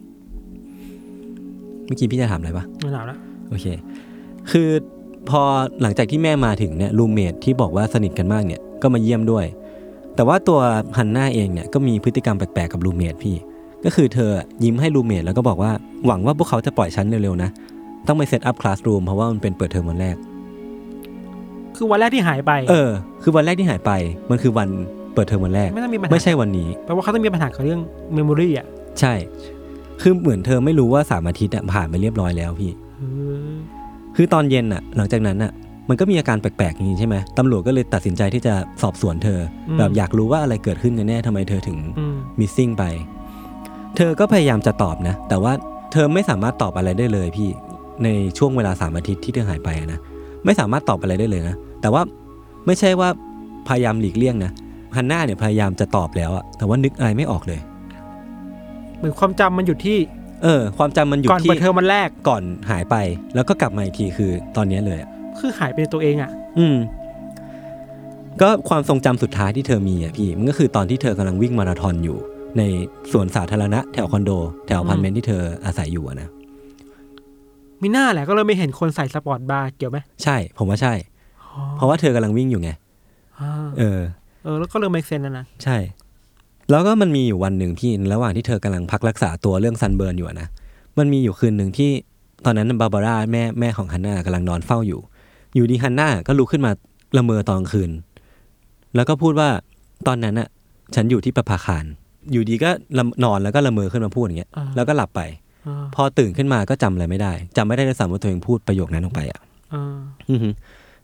เมื่อกี้พี่จะถามอะไรปะไม่ถามแล้วโอเคคือพอหลังจากที่แม่มาถึงเนี่ยรูมเมทที่บอกว่าสนิทกันมากเนี่ยก็มาเยี่ยมด้วยแต่ว่าตัวฮันน่าเองเนี่ยก็มีพฤติกรรมแปลกๆกับรูมเมทพี่ก็คือเธอยิ้มให้รูมเมทแล้วก็บอกว่าหวังว่าพวกเขาจะปล่อยฉันเร็วๆนะต้องไปเซตอัพคลาสรูมเพราะว่ามันเป็นเปิดเทอมวันแรกคือวันแรกที่หายไปคือวันแรกที่หายไปมันคือวันเปิดเทอมวันแรกไม่ใช่วันนี้แปลว่าเขาต้องมีปัญหากับเรื่องเมมโมรี่ใช่คือเหมือนเธอไม่รู้ว่า3อาทิตย์ผ่านไปเรียบร้อยแล้วพี่คือตอนเย็นหลังจากนั้นมันก็มีอาการแปลกๆอย่างนี้ใช่ไหมตำรวจก็เลยตัดสินใจที่จะสอบสวนเธอแบบอยากรู้ว่าอะไรเกิดขึ้นกันแน่ทำไมเธอถึงมิสซิ่งไปเธอก็พยายามจะตอบนะแต่ว่าเธอไม่สามารถตอบอะไรได้เลยพี่ในช่วงเวลา3อาทิตย์ที่เธอหายไปนะไม่สามารถตอบอะไรได้เลยนะแต่ว่าไม่ใช่ว่าพยายามหลีกเลี่ยงนะฮันน่าเนี่ยพยายามจะตอบแล้วแต่ว่านึกอะไรไม่ออกเลยเหมือนความจำมันหยุดที่ความจำมันหยุดที่ก่อนเปิดเทอมวันแรกก่อนหายไปแล้วก็กลับมาอีกทีคือตอนนี้เลยคือหายไปในตัวเองก็ความทรงจำสุดท้ายที่เธอมีพี่มันก็คือตอนที่เธอกำลังวิ่งมาราธอนอยู่ในสวนสาธารณะแถวคอนโดแถวอพาร์ตเมนต์ที่เธออาศัยอยู่นะมีหน้าแหละก็เลยไม่เห็นคนใส่สปอร์ตบาร์เกี่ยวไหมใช่ผมว่าใช่เพราะว่าเธอกำลังวิ่งอยู่ไงแล้วก็เริ่มเมคเซนส์แล้วนะใช่แล้วก็มันมีอยู่วันหนึ่งที่ระหว่างที่เธอกำลังพักรักษาตัวเรื่องซันเบิร์นอยู่นะมันมีอยู่คืนหนึ่งที่ตอนนั้นบาบาร่าแม่ของฮันน่ากำลังนอนเฝ้าอยู่ดีฮันน่าก็ลุกขึ้นมาละเมอตอนกลางคืนแล้วก็พูดว่าตอนนั้นฉันอยู่ที่ประภาคารอยู่ดีก็นอนแล้วก็ละเมอขึ้นมาพูดอย่างเงี้ยแล้วก็หลับไปพอตื่นขึ้นมาก็จำอะไรไม่ได้จำไม่ได้เลยซ้ำว่าตัวเองพูดประโยคนั้นออกไป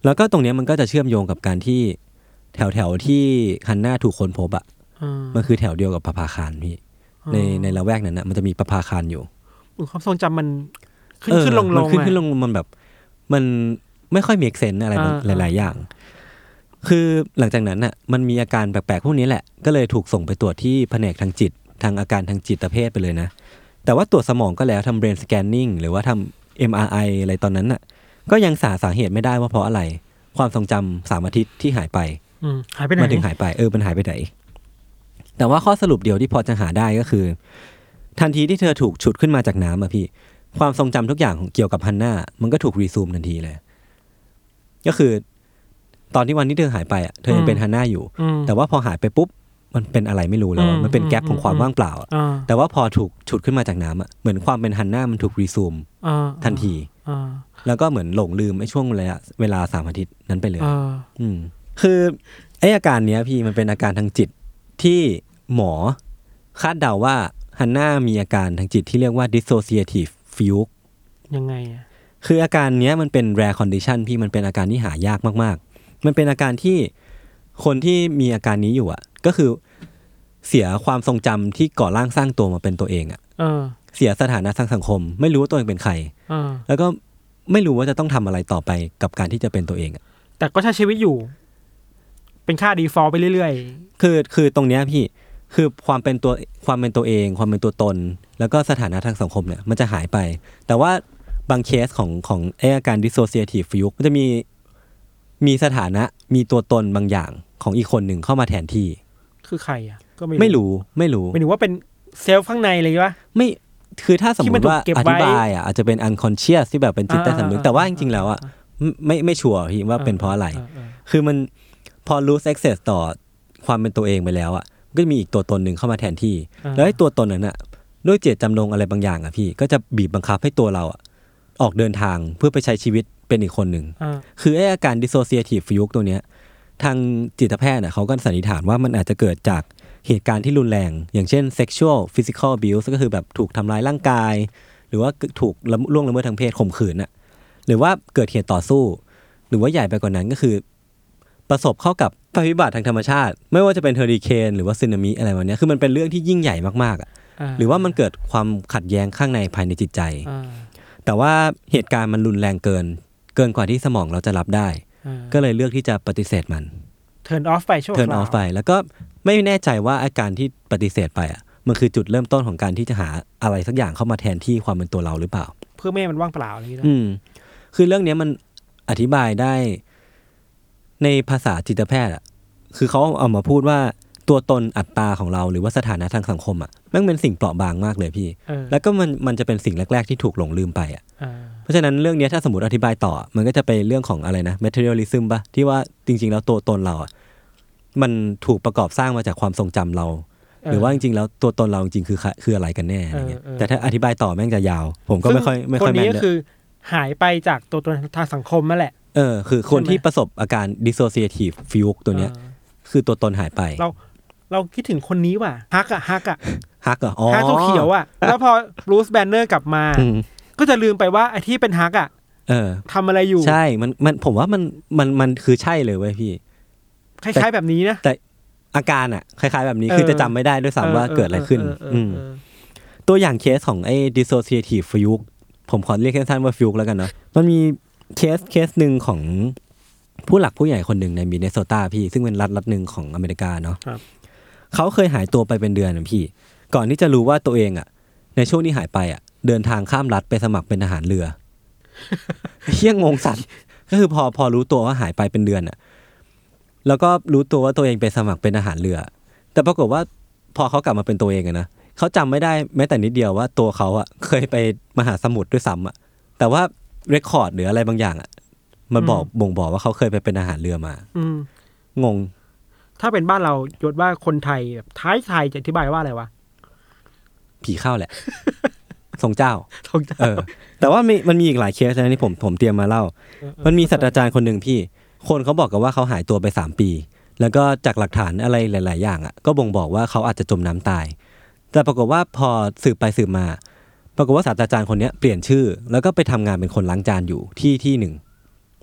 แล้วก็ตรงเนี้ยมันก็จะเชื่อมโยงกับการที่แถวที่ฮันน่าถูกค้นพบอ่ะมันคือแถวเดียวกับประภาคารพี่ในละแวกนั้นนะมันจะมีประภาคารอยู่ความทรงจำมันขึ้นลงมันขึ้นลงมันแบบมันไม่ค่อยมีเซนส์อะไรหลายๆอย่างคือหลังจากนั้นน่ะมันมีอาการแปลกๆพวกนี้แหละก็เลยถูกส่งไปตรวจที่แผนกทางจิตทางอาการทางจิตเภทไปเลยนะแต่ว่าตรวจสมองก็แล้วทำ brain scanning หรือว่าทำ MRI อะไรตอนนั้นน่ะก็ยังสาเหตุไม่ได้ว่าเพราะอะไรความทรงจำ3 อาทิตย์ที่หายไปหายไปไหนมันถึงหายไปมันหายไปไหนแต่ว่าข้อสรุปเดียวที่พอจะหาได้ก็คือทันทีที่เธอถูกฉุดขึ้นมาจากน้ำอะพี่ความทรงจำทุกอย่างเกี่ยวกับฮันน่ามันก็ถูกรีซูมทันทีเลยก็คือตอนที่วันที่เธอหายไปอ่ะเธอยังเป็นฮันน่าอยู่แต่ว่าพอหายไปปุ๊บมันเป็นอะไรไม่รู้แล้วมันเป็นแกปของความว่างเปล่าแต่ว่าพอถูกฉุดขึ้นมาจากน้ำอ่ะเหมือนความเป็นฮันน่ามันถูกรีซูมทันทีแล้วก็เหมือนหลงลืมไอ้ช่วงเวลา3 อาทิตย์นั้นไปเลยคือไอ้อาการเนี้ยพี่มันเป็นอาการทางจิตที่หมอคาดเดาว่าฮันน่ามีอาการทางจิตที่เรียกว่า dissociative fugue ยังไงอ่ะคืออาการเนี้ยมันเป็น rare condition พี่มันเป็นอาการที่หายากมากๆมันเป็นอาการที่คนที่มีอาการนี้อยู่อ่ะก็คือเสียความทรงจำที่ก่อร่างสร้างตัวมาเป็นตัวเองอ่ะเสียสถานะทางสังคมไม่รู้ว่าตัวเองเป็นใครแล้วก็ไม่รู้ว่าจะต้องทำอะไรต่อไปกับการที่จะเป็นตัวเองอ่ะแต่ก็ใช้ชีวิตอยู่เป็นค่า default ไปเรื่อยๆคือตรงเนี้ยพี่คือความเป็นตัวเองความเป็นตัวตนแล้วก็สถานะทางสังคมเนี่ยมันจะหายไปแต่ว่าบางเคสของอาการ dissociative fugue มันจะมีสถานะมีตัวตนบางอย่างของอีกคนหนึ่งเข้ามาแทนที่คือใครอ่ะก็ไม่รู้ไม่รู้ว่าเป็นเซลล์ข้างในเลยวะไม่คือถ้าสมมติว่าอธิบายอ่ะอาจจะเป็น unconscious ที่แบบเป็นจิตใต้สำนึกแต่ว่าจริงๆแล้วอ่ะไม่ชัวร์พี่ว่าเป็นเพราะอะไรคือมันพอ lose access ต่อความเป็นตัวเองไปแล้วอ่ะก็จะมีอีกตัวตนหนึ่งเข้ามาแทนที่แล้วไอ้ตัวตนนั้นน่ะด้วยเจตจำนงอะไรบางอย่างอ่ะพี่ก็จะบีบบังคับให้ตัวเราอ่ะออกเดินทางเพื่อไปใช้ชีวิตเป็นอีกคนหนึ่งคือไอ้อาการ dissociative fugue ตัวเนี้ยทางจิตแพทย์เขาก็สันนิษฐานว่ามันอาจจะเกิดจากเหตุการณ์ที่รุนแรงอย่างเช่น sexual physical abuse ก็คือแบบถูกทำร้ายร่างกายหรือว่าถูกล่วงละเมิดทางเพศข่มขืนน่ะหรือว่าเกิดเหตุต่อสู้หรือว่าใหญ่ไปกว่านั้นก็คือประสบเข้ากับภัยพิบัติทางธรรมชาติไม่ว่าจะเป็นเฮอริเคนหรือว่าสึนามิอะไรแบบนี้คือมันเป็นเรื่องที่ยิ่งใหญ่มากๆอ่ะหรือว่ามันเกิดความขัดแย้งข้างในภายในจิตใจแต่ว่าเหตุการณ์มันรุนแรงเกินกว่าที่สมองเราจะรับได้ก็เลยเลือกที่จะปฏิเสธมัน turn off ไปชั่วคราว turn off ไปแล้วก็ไม่แน่ใจว่าอาการที่ปฏิเสธไปอ่ะมันคือจุดเริ่มต้นของการที่จะหาอะไรสักอย่างเข้ามาแทนที่ความเป็นตัวเราหรือเปล่าเพื่อไม่ให้มันว่างเปล่าอะไรอย่างนี้คือเรื่องนี้มันอธิบายได้ในภาษาจิตแพทย์อ่ะคือเขาเอามาพูดว่าตัวตนอัตตาของเราหรือว่าสถานะทางสังคมอ่ะมันเป็นสิ่งเปราะบางมากเลยพี่แล้วก็มันจะเป็นสิ่งแรกๆที่ถูกหลงลืมไปอ่ะเพราะฉะนั้นเรื่องนี้ถ้าสมมติอธิบายต่อมันก็จะไปเรื่องของอะไรนะ materialism ป่ะที่ว่าจริงๆแล้วตัวตนเราอ่ะมันถูกประกอบสร้างมาจากความทรงจำเราหรือว่าจริงๆแล้วตัวตนเราจริงๆคืออะไรกันแน่อะไรเงี้ยแต่ถ้าอธิบายต่อแม่งจะยาวผมก็ไม่ค่อยแม่นคนนี้ก็คือหายไปจากตัวตนทางสังคมนั่นแหละคือคนที่ประสบอาการ dissociative fugue ตัวเนี้ยคือตัวตนหายไปเราคิดถึงคนนี้ว่ะฮักเหรอฮักตัวเขียวอ่ะแล้วพอบรูซแบนเนอร์กลับมาก็จะลืมไปว่าไอ้ที่เป็นฮักอ่ะทำอะไรอยู่ใช่มันผมว่ามันคือใช่เลยเว้ยพี่คล้ายๆแบบนี้นะแต่อาการอ่ะคล้ายๆแบบนี้คือจะจำไม่ได้ด้วยซ้ำว่าเกิดอะไรขึ้นตัวอย่างเคสของไอ้ dissociative fugue ผมขอเรียกสั้นๆว่า fugue แล้วกันเนาะมันมีเคสหนึ่งของผู้หลักผู้ใหญ่คนหนึ่งในมินเนโซตาพี่ซึ่งเป็นรัฐหนึ่งของอเมริกาเนาะเขาเคยหายตัวไปเป็นเดือนนะพี่ก่อนที่จะรู้ว่าตัวเองอ่ะในช่วงที่หายไปอ่ะเดินทางข้ามรัฐไปสมัครเป็นทหารเรือเหี้ยงงสัตว์ก็คือพอรู้ตัวว่าหายไปเป็นเดือนอ่ะแล้วก็รู้ตัวว่าตัวเองไปสมัครเป็นทหารเรือแต่ปรากฏว่าพอเขากลับมาเป็นตัวเองอะนะเขาจำไม่ได้แม้แต่นิดเดียวว่าตัวเขาอ่ะเคยไปมหาสมุทรด้วยซ้ำอ่ะแต่ว่าเรคคอร์ดหรืออะไรบางอย่างอ่ะมันบ่งบอกว่าเขาเคยไปเป็นทหารเรือมางงถ้าเป็นบ้านเรายศว่าคนไทยแบบท้ายไทยจะอธิบายว่าอะไรวะผีเข้าแหละ ทรงเจ้าแต่ว่ามันมีอีกหลายเคสนะที่ผมเตรียมมาเล่ามันมีศาสตราจารย์คนหนึ่งพี่คนเขาบอกกันว่าเขาหายตัวไป3 ปีแล้วก็จากหลักฐานอะไรหลายๆอย่างอ่ะก็บ่งบอกว่าเขาอาจจะจมน้ำตายแต่ปรากฏว่าพอสืบไปสืบมาปรากฏว่าศาสตราจารย์คนนี้เปลี่ยนชื่อแล้วก็ไปทำงานเป็นคนล้างจานอยู่ที่หนึ่ง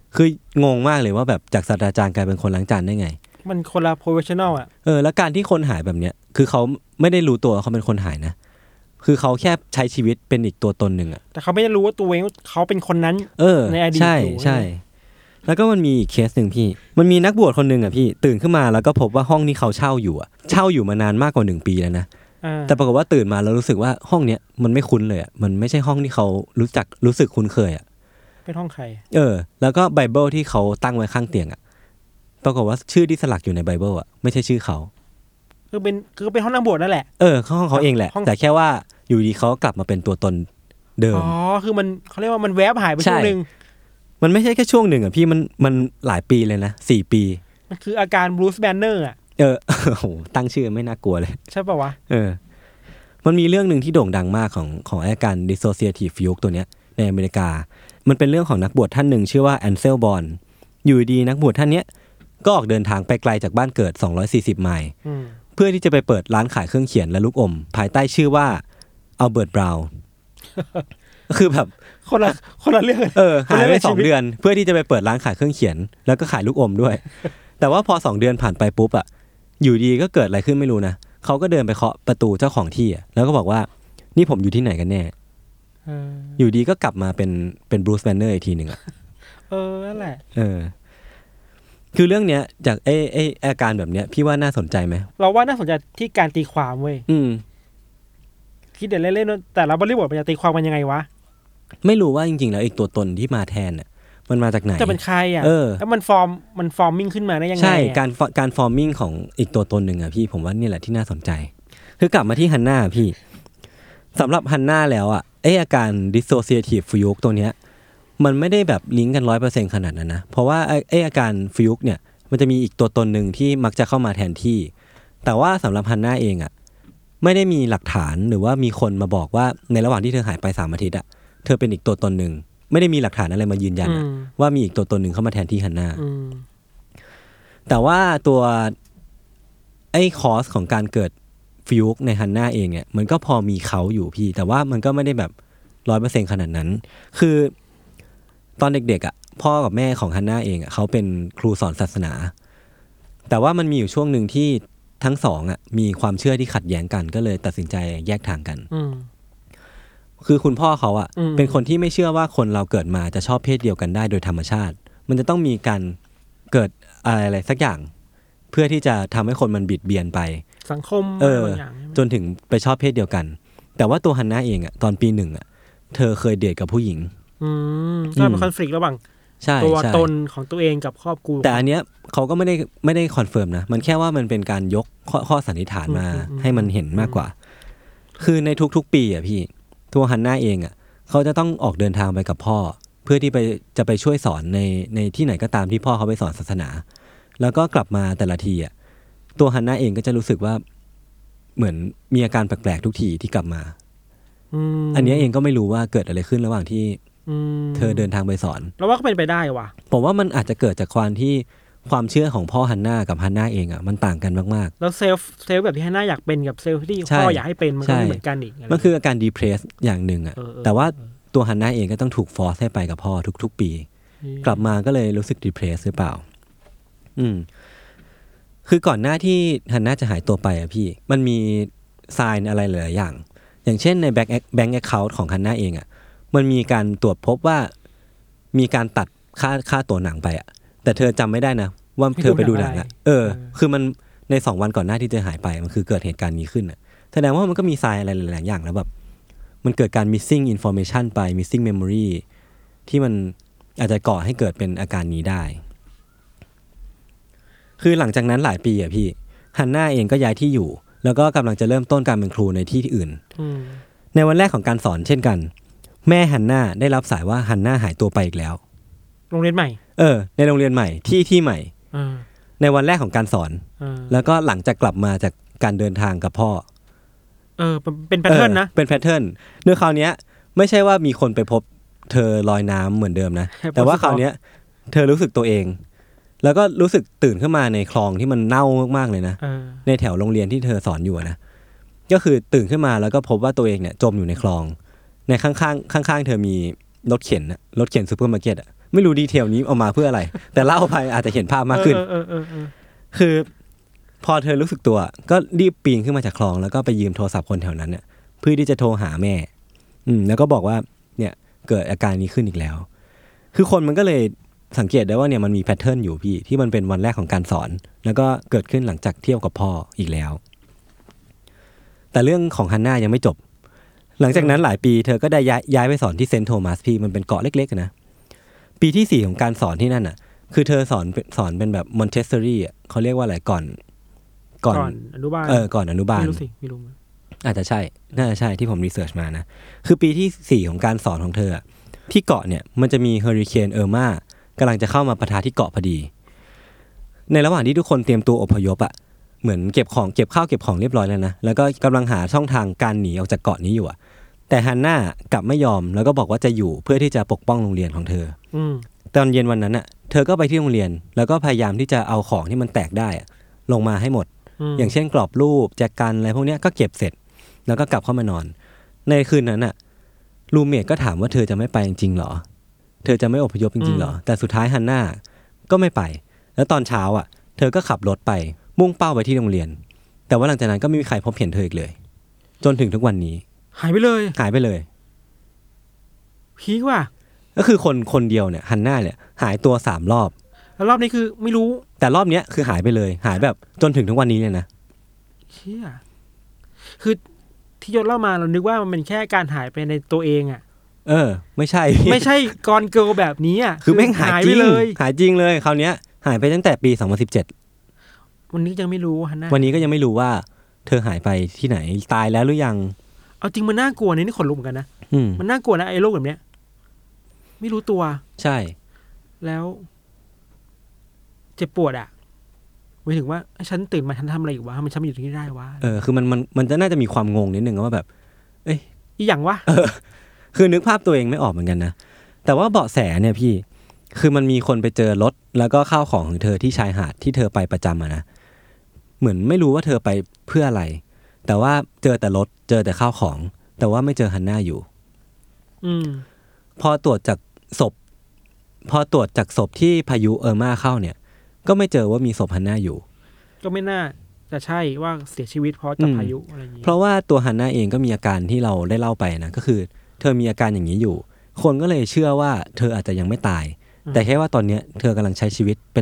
คืองงมากเลยว่าแบบจากศาสตราจารย์กลายเป็นคนล้างจานได้ไงมันคนละโปรเฟชชั่นอลอ่ะแล้วการที่คนหายแบบเนี้ยคือเขาไม่ได้รู้ตัวเขาเป็นคนหายนะคือเขาแค่ใช้ชีวิตเป็นอีกตัวตนหนึ่งอ่ะแต่เขาไม่ได้รู้ว่าตัวเองเขาเป็นคนนั้นในอดีตใช่แล้วก็มันมีอีกเคสหนึ่งพี่มันมีนักบวชคนหนึ่งอ่ะพี่ตื่นขึ้นมาแล้วก็พบว่าห้องที่เขาเช่าอยู่มานานมากกว่า1 ปีแล้วนะแต่ปรากฏว่าตื่นมาแล้วรู้สึกว่าห้องเนี้ยมันไม่คุ้นเลยอ่ะมันไม่ใช่ห้องที่เขารู้สึกคุ้นเคยอ่ะเป็นห้องใครแล้วก็ไบเบิลที่เขาตั้งไว้ข้างเตียงอ่ะปรากฏว่าชื่อที่สลักอยู่ในไบเบิลอ่ะไม่ใช่ชื่อเขาคือเป็นห้องนักบวชนั่นแหละห้องเขาเองแหละแต่แค่ว่าอยู่ดีเขากลับมาเป็นตัวตนเดิมคือมันเขาเรียกว่ามันแวบหายไปช่วงนึงมันไม่ใช่แค่ช่วงหนึ่งอ่ะพี่มันหลายปีเลยนะ4 ปีมันคืออาการบรูซแบนเนอร์อ่ะโหตั้งชื่อไม่น่ากลัวเลยใช่ป่าววะมันมีเรื่องนึงที่โด่งดังมากของอาการ dissociative fugue ตัวเนี้ยในอเมริกามันเป็นเรื่องของนักบวชท่านหนึ่งชื่อว่าแอนเซลบอนอยู่ดีนักบวชท่านเนี้ยก็ออกเดินทางไปไกลจากบ้านเกิด240ไมล์เพื่อที่จะไปเปิดร้านขายเครื่องเขียนและลูกอมภายใต้ชื่อว่าอัลเบิร์ตบราวน์คือแบบคนละเรื่องหายไป2 เดือนเพื่อที่จะไปเปิดร้านขายเครื่องเขียนแล้วก็ขายลูกอมด้วยแต่ว่าพอ2 เดือนผ่านไปปุ๊บอ่ะอยู่ดีก็เกิดอะไรขึ้นไม่รู้นะเขาก็เดินไปเคาะประตูเจ้าของที่แล้วก็บอกว่านี่ผมอยู่ที่ไหนกันแน่อยู่ดีก็กลับมาเป็นบรูซแบนเนอร์อีกทีนึงอ่ะนั่นแหละคือเรื่องเนี้ยจากไอ้อาการแบบเนี้ยพี่ว่าน่าสนใจไหมเราว่าน่าสนใจที่การตีความเว้ยคิดเดี๋ยวเล่นๆแต่ละบริบทมันจะตีความมันยังไงวะไม่รู้ว่าจริงๆแล้วอีกตัวตนที่มาแทนน่ะมันมาจากไหนจะเป็นใครอ่ะแล้วมันฟอร์มมิ่งขึ้นมาได้ยังไงใช่การฟอร์มมิ่งของอีกตัวตนหนึ่งอ่ะพี่ผมว่านี่แหละที่น่าสนใจคือกลับมาที่ฮันน่าพี่สำหรับฮันน่าแล้วอ่ะอาการ dissociative fugue ตัวเนี้ยมันไม่ได้แบบลิงก์กัน 100% ขนาดนั้นนะเพราะว่าอาการ fugue เนี่ยมันจะมีอีกตัวตนหนึ่งที่มักจะเข้ามาแทนที่แต่ว่าสำหรับฮันน่าเองอ่ะไม่ได้มีหลักฐานหรือว่ามีคนมาบอกว่าในระหว่างที่เธอหายไป3 อาทิตย์อ่ะเธอเป็นอีกตัวตนหนึ่งไม่ได้มีหลักฐานอะไรมายืนยันว่ามีอีกตัวตนหนึ่งเข้ามาแทนที่ฮันน่าแต่ว่าตัวคอสของการเกิดฟิวกในฮันน่าเองเนี่ยมันก็พอมีเขาอยู่พี่แต่ว่ามันก็ไม่ได้แบบ 100% ขนาดนั้นคือตอนเด็กๆอ่ะพ่อกับแม่ของฮันน่าเองอ่ะเขาเป็นครูสอนศาสนาแต่ว่ามันมีอยู่ช่วงหนึ่งที่ทั้งสองอ่ะมีความเชื่อที่ขัดแย้งกันก็เลยตัดสินใจแยกทางกันคือคุณพ่อเขาอ่ะเป็นคนที่ไม่เชื่อว่าคนเราเกิดมาจะชอบเพศเดียวกันได้โดยธรรมชาติมันจะต้องมีการเกิดอะไรสักอย่างเพื่อที่จะทำให้คนมันบิดเบียนไปสังคมจนถึงไปชอบเพศเดียวกันแต่ว่าตัวฮันน่าเองอ่ะตอนปี1อ่ะเธอเคยเดทกับผู้หญิงก็เป็นคอนฟลิกต์ระหว่างตัวตนของตัวเองกับครอบครัวแต่อันเนี้ยเขาก็ไม่ได้คอนเฟิร์มนะมันแค่ว่ามันเป็นการยกข้อสันนิษฐานมาให้มันเห็นมากกว่าคือในทุกๆปีอ่ะพี่ตัวฮันน่าเองอ่ะเขาจะต้องออกเดินทางไปกับพ่อเพื่อที่จะไปช่วยสอนในที่ไหนก็ตามที่พ่อเขาไปสอนศาสนาแล้วก็กลับมาแต่ละทีอ่ะตัวฮันน่าเองก็จะรู้สึกว่าเหมือนมีอาการแปลกๆทุกทีที่กลับมาอันนี้เองก็ไม่รู้ว่าเกิดอะไรขึ้นระหว่างที่เธอเดินทางไปสอนแล้วว่าก็เป็นไปได้ว่ะผมว่ามันอาจจะเกิดจากความเชื่อของพ่อฮันน่ากับฮันน่าเองอ่ะมันต่างกันมากๆแล้วเซลฟ์แบบที่ฮันน่าอยากเป็นกับเซลฟ์ที่พ่ออยากให้เป็นมันก็ไม่เหมือนกันอีกมันคืออาการดีเพรสอย่างหนึ่งอ่ะแต่ว่าตัวฮันน่าเองก็ต้องถูกฟอร์สให้ไปกับพ่อทุกๆปีกลับมาก็เลยรู้สึกดีเพรสหรือเปล่าคือก่อนหน้าที่ฮันน่าจะหายตัวไปอ่ะพี่มันมีไซน์อะไรหลายอย่างอย่างเช่นในแบงก์แอคเคาท์ของฮันน่าเองอ่ะมันมีการตรวจพบว่ามีการตัดค่าตั๋วหนังไปอ่ะแต่เธอจำไม่ได้นะว่าเธอไปดูหนังอ่ะคือมันใน2 วันก่อนหน้าที่เธอหายไปมันคือเกิดเหตุการณ์นี้ขึ้นอ่ะแสดงว่ามันก็มีไซน์อะไรหลายอย่างแล้วแบบมันเกิดการ missing information ไป missing memory ที่มันอาจจะก่อให้เกิดเป็นอาการนี้ได้คือหลังจากนั้นหลายปีอ่ะพี่ฮันน่าเองก็ย้ายที่อยู่แล้วก็กำลังจะเริ่มต้นการเป็นครูในที่อื่นในวันแรกของการสอนเช่นกันแม่ฮันน่าได้รับสายว่าฮันน่าหายตัวไปอีกแล้วโรงเรียนใหม่ในโรงเรียนใหม่ที่ใหม่ในวันแรกของการสอนแล้วก็หลังจากกลับมาจากการเดินทางกับพ่อเป็นแพทเทิร์นนะเป็นแพทเทิร์นเนื้อคราวนี้ไม่ใช่ว่ามีคนไปพบเธอลอยน้ำเหมือนเดิมนะแต่ว่าคราวนี้เธอรู้สึกตัวเองแล้วก็รู้สึกตื่นขึ้นมาในคลองที่มันเน่ามากๆเลยนะในแถวโรงเรียนที่เธอสอนอยู่นะก็คือตื่นขึ้นมาแล้วก็พบว่าตัวเองเนี่ยจมอยู่ในคลองในข้างๆเธอมีรถเข็นซูเปอร์มาร์เก็ตไม่รู้ดีเทลนี้ออกมาเพื่ออะไรแต่เล่าไปอาจจะเห็นภาพมากขึ้นคือพอเธอรู้สึกตัวก็รีบปีนขึ้นมาจากคลองแล้วก็ไปยืมโทรศัพท์คนแถวนั้นเนี่ยเพื่อที่จะโทรหาแม่แล้วก็บอกว่าเนี่ยเกิดอาการนี้ขึ้นอีกแล้วคือคนมันก็เลยสังเกตได้ว่าเนี่ยมันมีแพทเทิร์นอยู่พี่ที่มันเป็นวันแรกของการสอนแล้วก็เกิดขึ้นหลังจากเที่ยวกับพ่ออีกแล้วแต่เรื่องของฮันน่ายังไม่จบหลังจากนั้นหลายปีเธอก็ได้ย้ายไปสอนที่เซนต์โทมัสพี่มันเป็นเกาะเล็กๆนะปีที่4ของการสอนที่นั่นอ่ะคือเธอสอนเป็นแบบมอนเทสซอรี่อ่ะเขาเรียกว่าอะไรก่อนอนุบาลก่อนอนุบาลไม่รู้อาจจะใช่น่าจะใช่ที่ผมรีเสิร์ชมานะคือปีที่4ของการสอนของเธอที่เกาะเนี่ยมันจะมีเฮอริเคนเออร์มากำลังจะเข้ามาปะทะที่เกาะพอดีในระหว่างที่ทุกคนเตรียมตัวอพยพอ่ะเหมือนเก็บข้าวเก็บของเรียบร้อยแล้วนะแล้วก็กำลังหาช่องทางการหนีออกจากเกาะนี้อยู่แต่ฮันน่ากลับไม่ยอมแล้วก็บอกว่าจะอยู่เพื่อที่จะปกป้องโรงเรียนของเธอตอนเย็นวันนั้นน่ะเธอก็ไปที่โรงเรียนแล้วก็พยายามที่จะเอาของที่มันแตกได้ลงมาให้หมดอย่างเช่นกรอบรูปแจกันอะไรพวกนี้ก็เก็บเสร็จแล้วก็กลับเข้ามานอนในคืนนั้นน่ะรูมเมทก็ถามว่าเธอจะไม่ไปจริงๆหรอเธอจะไม่อพยพจริงๆหรอแต่สุดท้ายฮันน่าก็ไม่ไปแล้วตอนเช้าเธอก็ขับรถไปมุ่งเป้าไปที่โรงเรียนแต่ว่าหลังจากนั้นก็ไม่มีใครพบเห็นเธออีกเลยจนถึงทุกวันนี้หายไปเลยพีกว่ะก็คือคนเดียวเนี่ยฮันน่าเนี่ยหายตัว3รอบแล้วรอบนี้คือไม่รู้แต่รอบเนี้ยคือหายไปเลยหายแบบจนถึงทุกวันนี้เลยนะเชี่ยคือที่ยศเล่ามาเรานึกว่ามันเป็นแค่การหายไปในตัวเองไม่ใช่กอนเกิลแบบนี้คือแม่งหายจริงเลยหายจริงเลยคราวเนี้ยหายไปตั้งแต่ปี2017 วันนี้ยังไม่รู้ฮันน่าวันนี้ก็ยังไม่รู้ว่าเธอหายไปที่ไหนตายแล้วหรือยังเอาจริงมันน่ากลัวนี่ขนลุกเหมือนกันนะมันน่ากลัวนะไอ้โรคแบบเนี้ยไม่รู้ตัวใช่แล้วเจ็บปวดหมายถึงว่าฉันตื่นมาฉันทำอะไรอยู่วะทำไมฉันอยู่ตรงนี้ได้วะคือมันจะน่าจะมีความงงนิดนึงว่าแบบอีหยังวะคือนึกภาพตัวเองไม่ออกเหมือนกันนะแต่ว่าเบาะแสเนี่ยพี่คือมันมีคนไปเจอรถแล้วก็ข้าวของของเธอที่ชายหาดที่เธอไปประจำนะเหมือนไม่รู้ว่าเธอไปเพื่ออะไรแต่ว่าเจอแต่รถเจอแต่ข้าวของแต่ว่าไม่เจอฮันน่าอยู่พอตรวจจากศพที่พายุเออร์มาเข้าเนี่ยก็ไม่เจอว่ามีศพฮันน่าอยู่ก็ไม่น่าจะใช่ว่าเสียชีวิตเพราะจากพายุอะไรอย่างนี้เพราะว่าตัวฮันน่าเองก็มีอาการที่เราได้เล่าไปนะก็คือเธอมีอาการอย่างนี้อยู่คนก็เลยเชื่อว่าเธออาจจะยังไม่ตายแต่แค่ว่าตอนนี้เธอกำลังใช้ชีวิตเป็น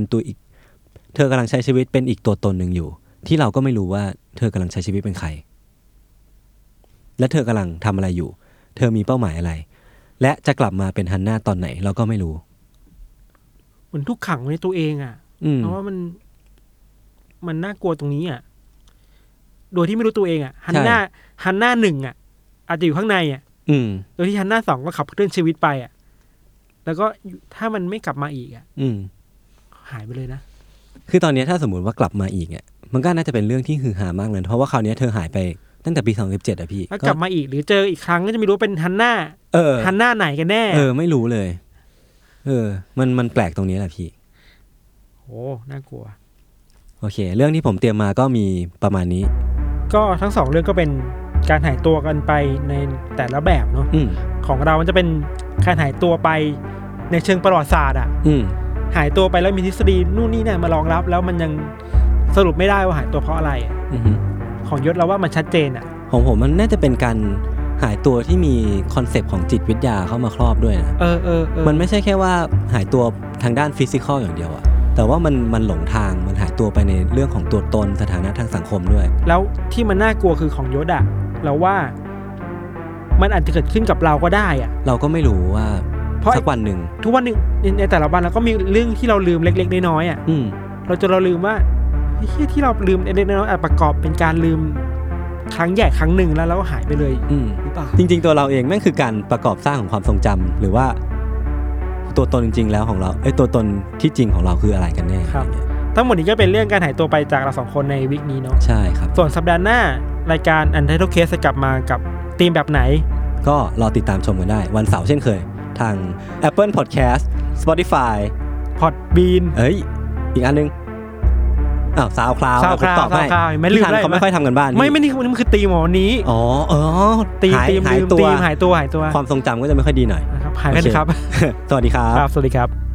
อีกตัวตนหนึ่งอยู่ที่เราก็ไม่รู้ว่าเธอกำลังใช้ชีวิตเป็นใครและเธอกำลังทำอะไรอยู่เธอมีเป้าหมายอะไรและจะกลับมาเป็นฮันน่าตอนไหนเราก็ไม่รู้เหมือนทุกขังในตัวเองเพราะว่ามันน่ากลัวตรงนี้โดยที่ไม่รู้ตัวเองฮันน่า1อาจจะอยู่ข้างในโดยที่ฮันน่า2ก็ขับเคลื่อนชีวิตไปแล้วก็ถ้ามันไม่กลับมาอีกหายไปเลยนะคือตอนนี้ถ้าสมมติว่ากลับมาอีกมันก็น่าจะเป็นเรื่องที่ฮือฮามากเลยเพราะว่าคราวนี้เธอหายไปตั้งแต่ปี2017พี่ถ้ากลับมาอีกหรือเจออีกครั้งก็จะไม่รู้เป็นฮันน่าไหนกันแน่ไม่รู้เลยมันแปลกตรงนี้แหละพี่โอ้น่ากลัวโอเคเรื่องที่ผมเตรียมมาก็มีประมาณนี้ก็ทั้ง2เรื่องก็เป็นการหายตัวกันไปในแต่ละแบบเนาะของเรามันจะเป็นการหายตัวไปในเชิงประวัติศาสตร์หายตัวไปแล้วมีทฤษฎีนู่นนี่นั่นมารองรับแล้วมันยังสรุปไม่ได้ว่าหายตัวเพราะอะไรของยศเราว่ามันชัดเจนของผมมันน่าจะเป็นการหายตัวที่มีคอนเซปต์ของจิตวิทยาเข้ามาครอบด้วยนะมันไม่ใช่แค่ว่าหายตัวทางด้านฟิสิกอลอย่างเดียวแต่ว่ามันหลงทางมันหายตัวไปในเรื่องของตัวตนสถานะทางสังคมด้วยแล้วที่มันน่ากลัวคือของยศเราว่ามันอาจจะเกิดขึ้นกับเราก็ได้เราก็ไม่รู้ว่าสักวันหนึ่งทุกวันหนึ่งในแต่ละวันเราก็มีเรื่องที่เราลืมเล็กๆน้อยๆเราลืมว่าที่เราลืมเล็กๆน้อยๆประกอบเป็นการลืมครั้งใหญ่ครั้งหนึ่งแล้วเราก็หายไปเลยหรือเปล่าจริงๆตัวเราเองแม่งคือการประกอบสร้างของความทรงจำหรือว่าตัวตนจริงๆแล้วของเราตัวตนที่จริงของเราคืออะไรกันแน่ครับทั้งหมดนี้ก็เป็นเรื่องการหายตัวไปจากเรา2คนในวีคนี้เนาะใช่ครับส่วนสัปดาห์หน้ารายการ Untitled Case จะกลับมากับธีมแบบไหนก็รอติดตามชมกันได้วันเสาร์เช่นเคยทาง Apple Podcast Spotify Podbean อีกอันนึงSoundCloud ผมตอบให้ไม่ลืมเขาไม่ค่อยทำกันบ้านไม่นี่คือธีมวันนี้ธีมหายตัวความทรงจำก็จะไม่ค่อยดีหน่อยหายกันครับสวัสดีครับครับสวัสดีครับ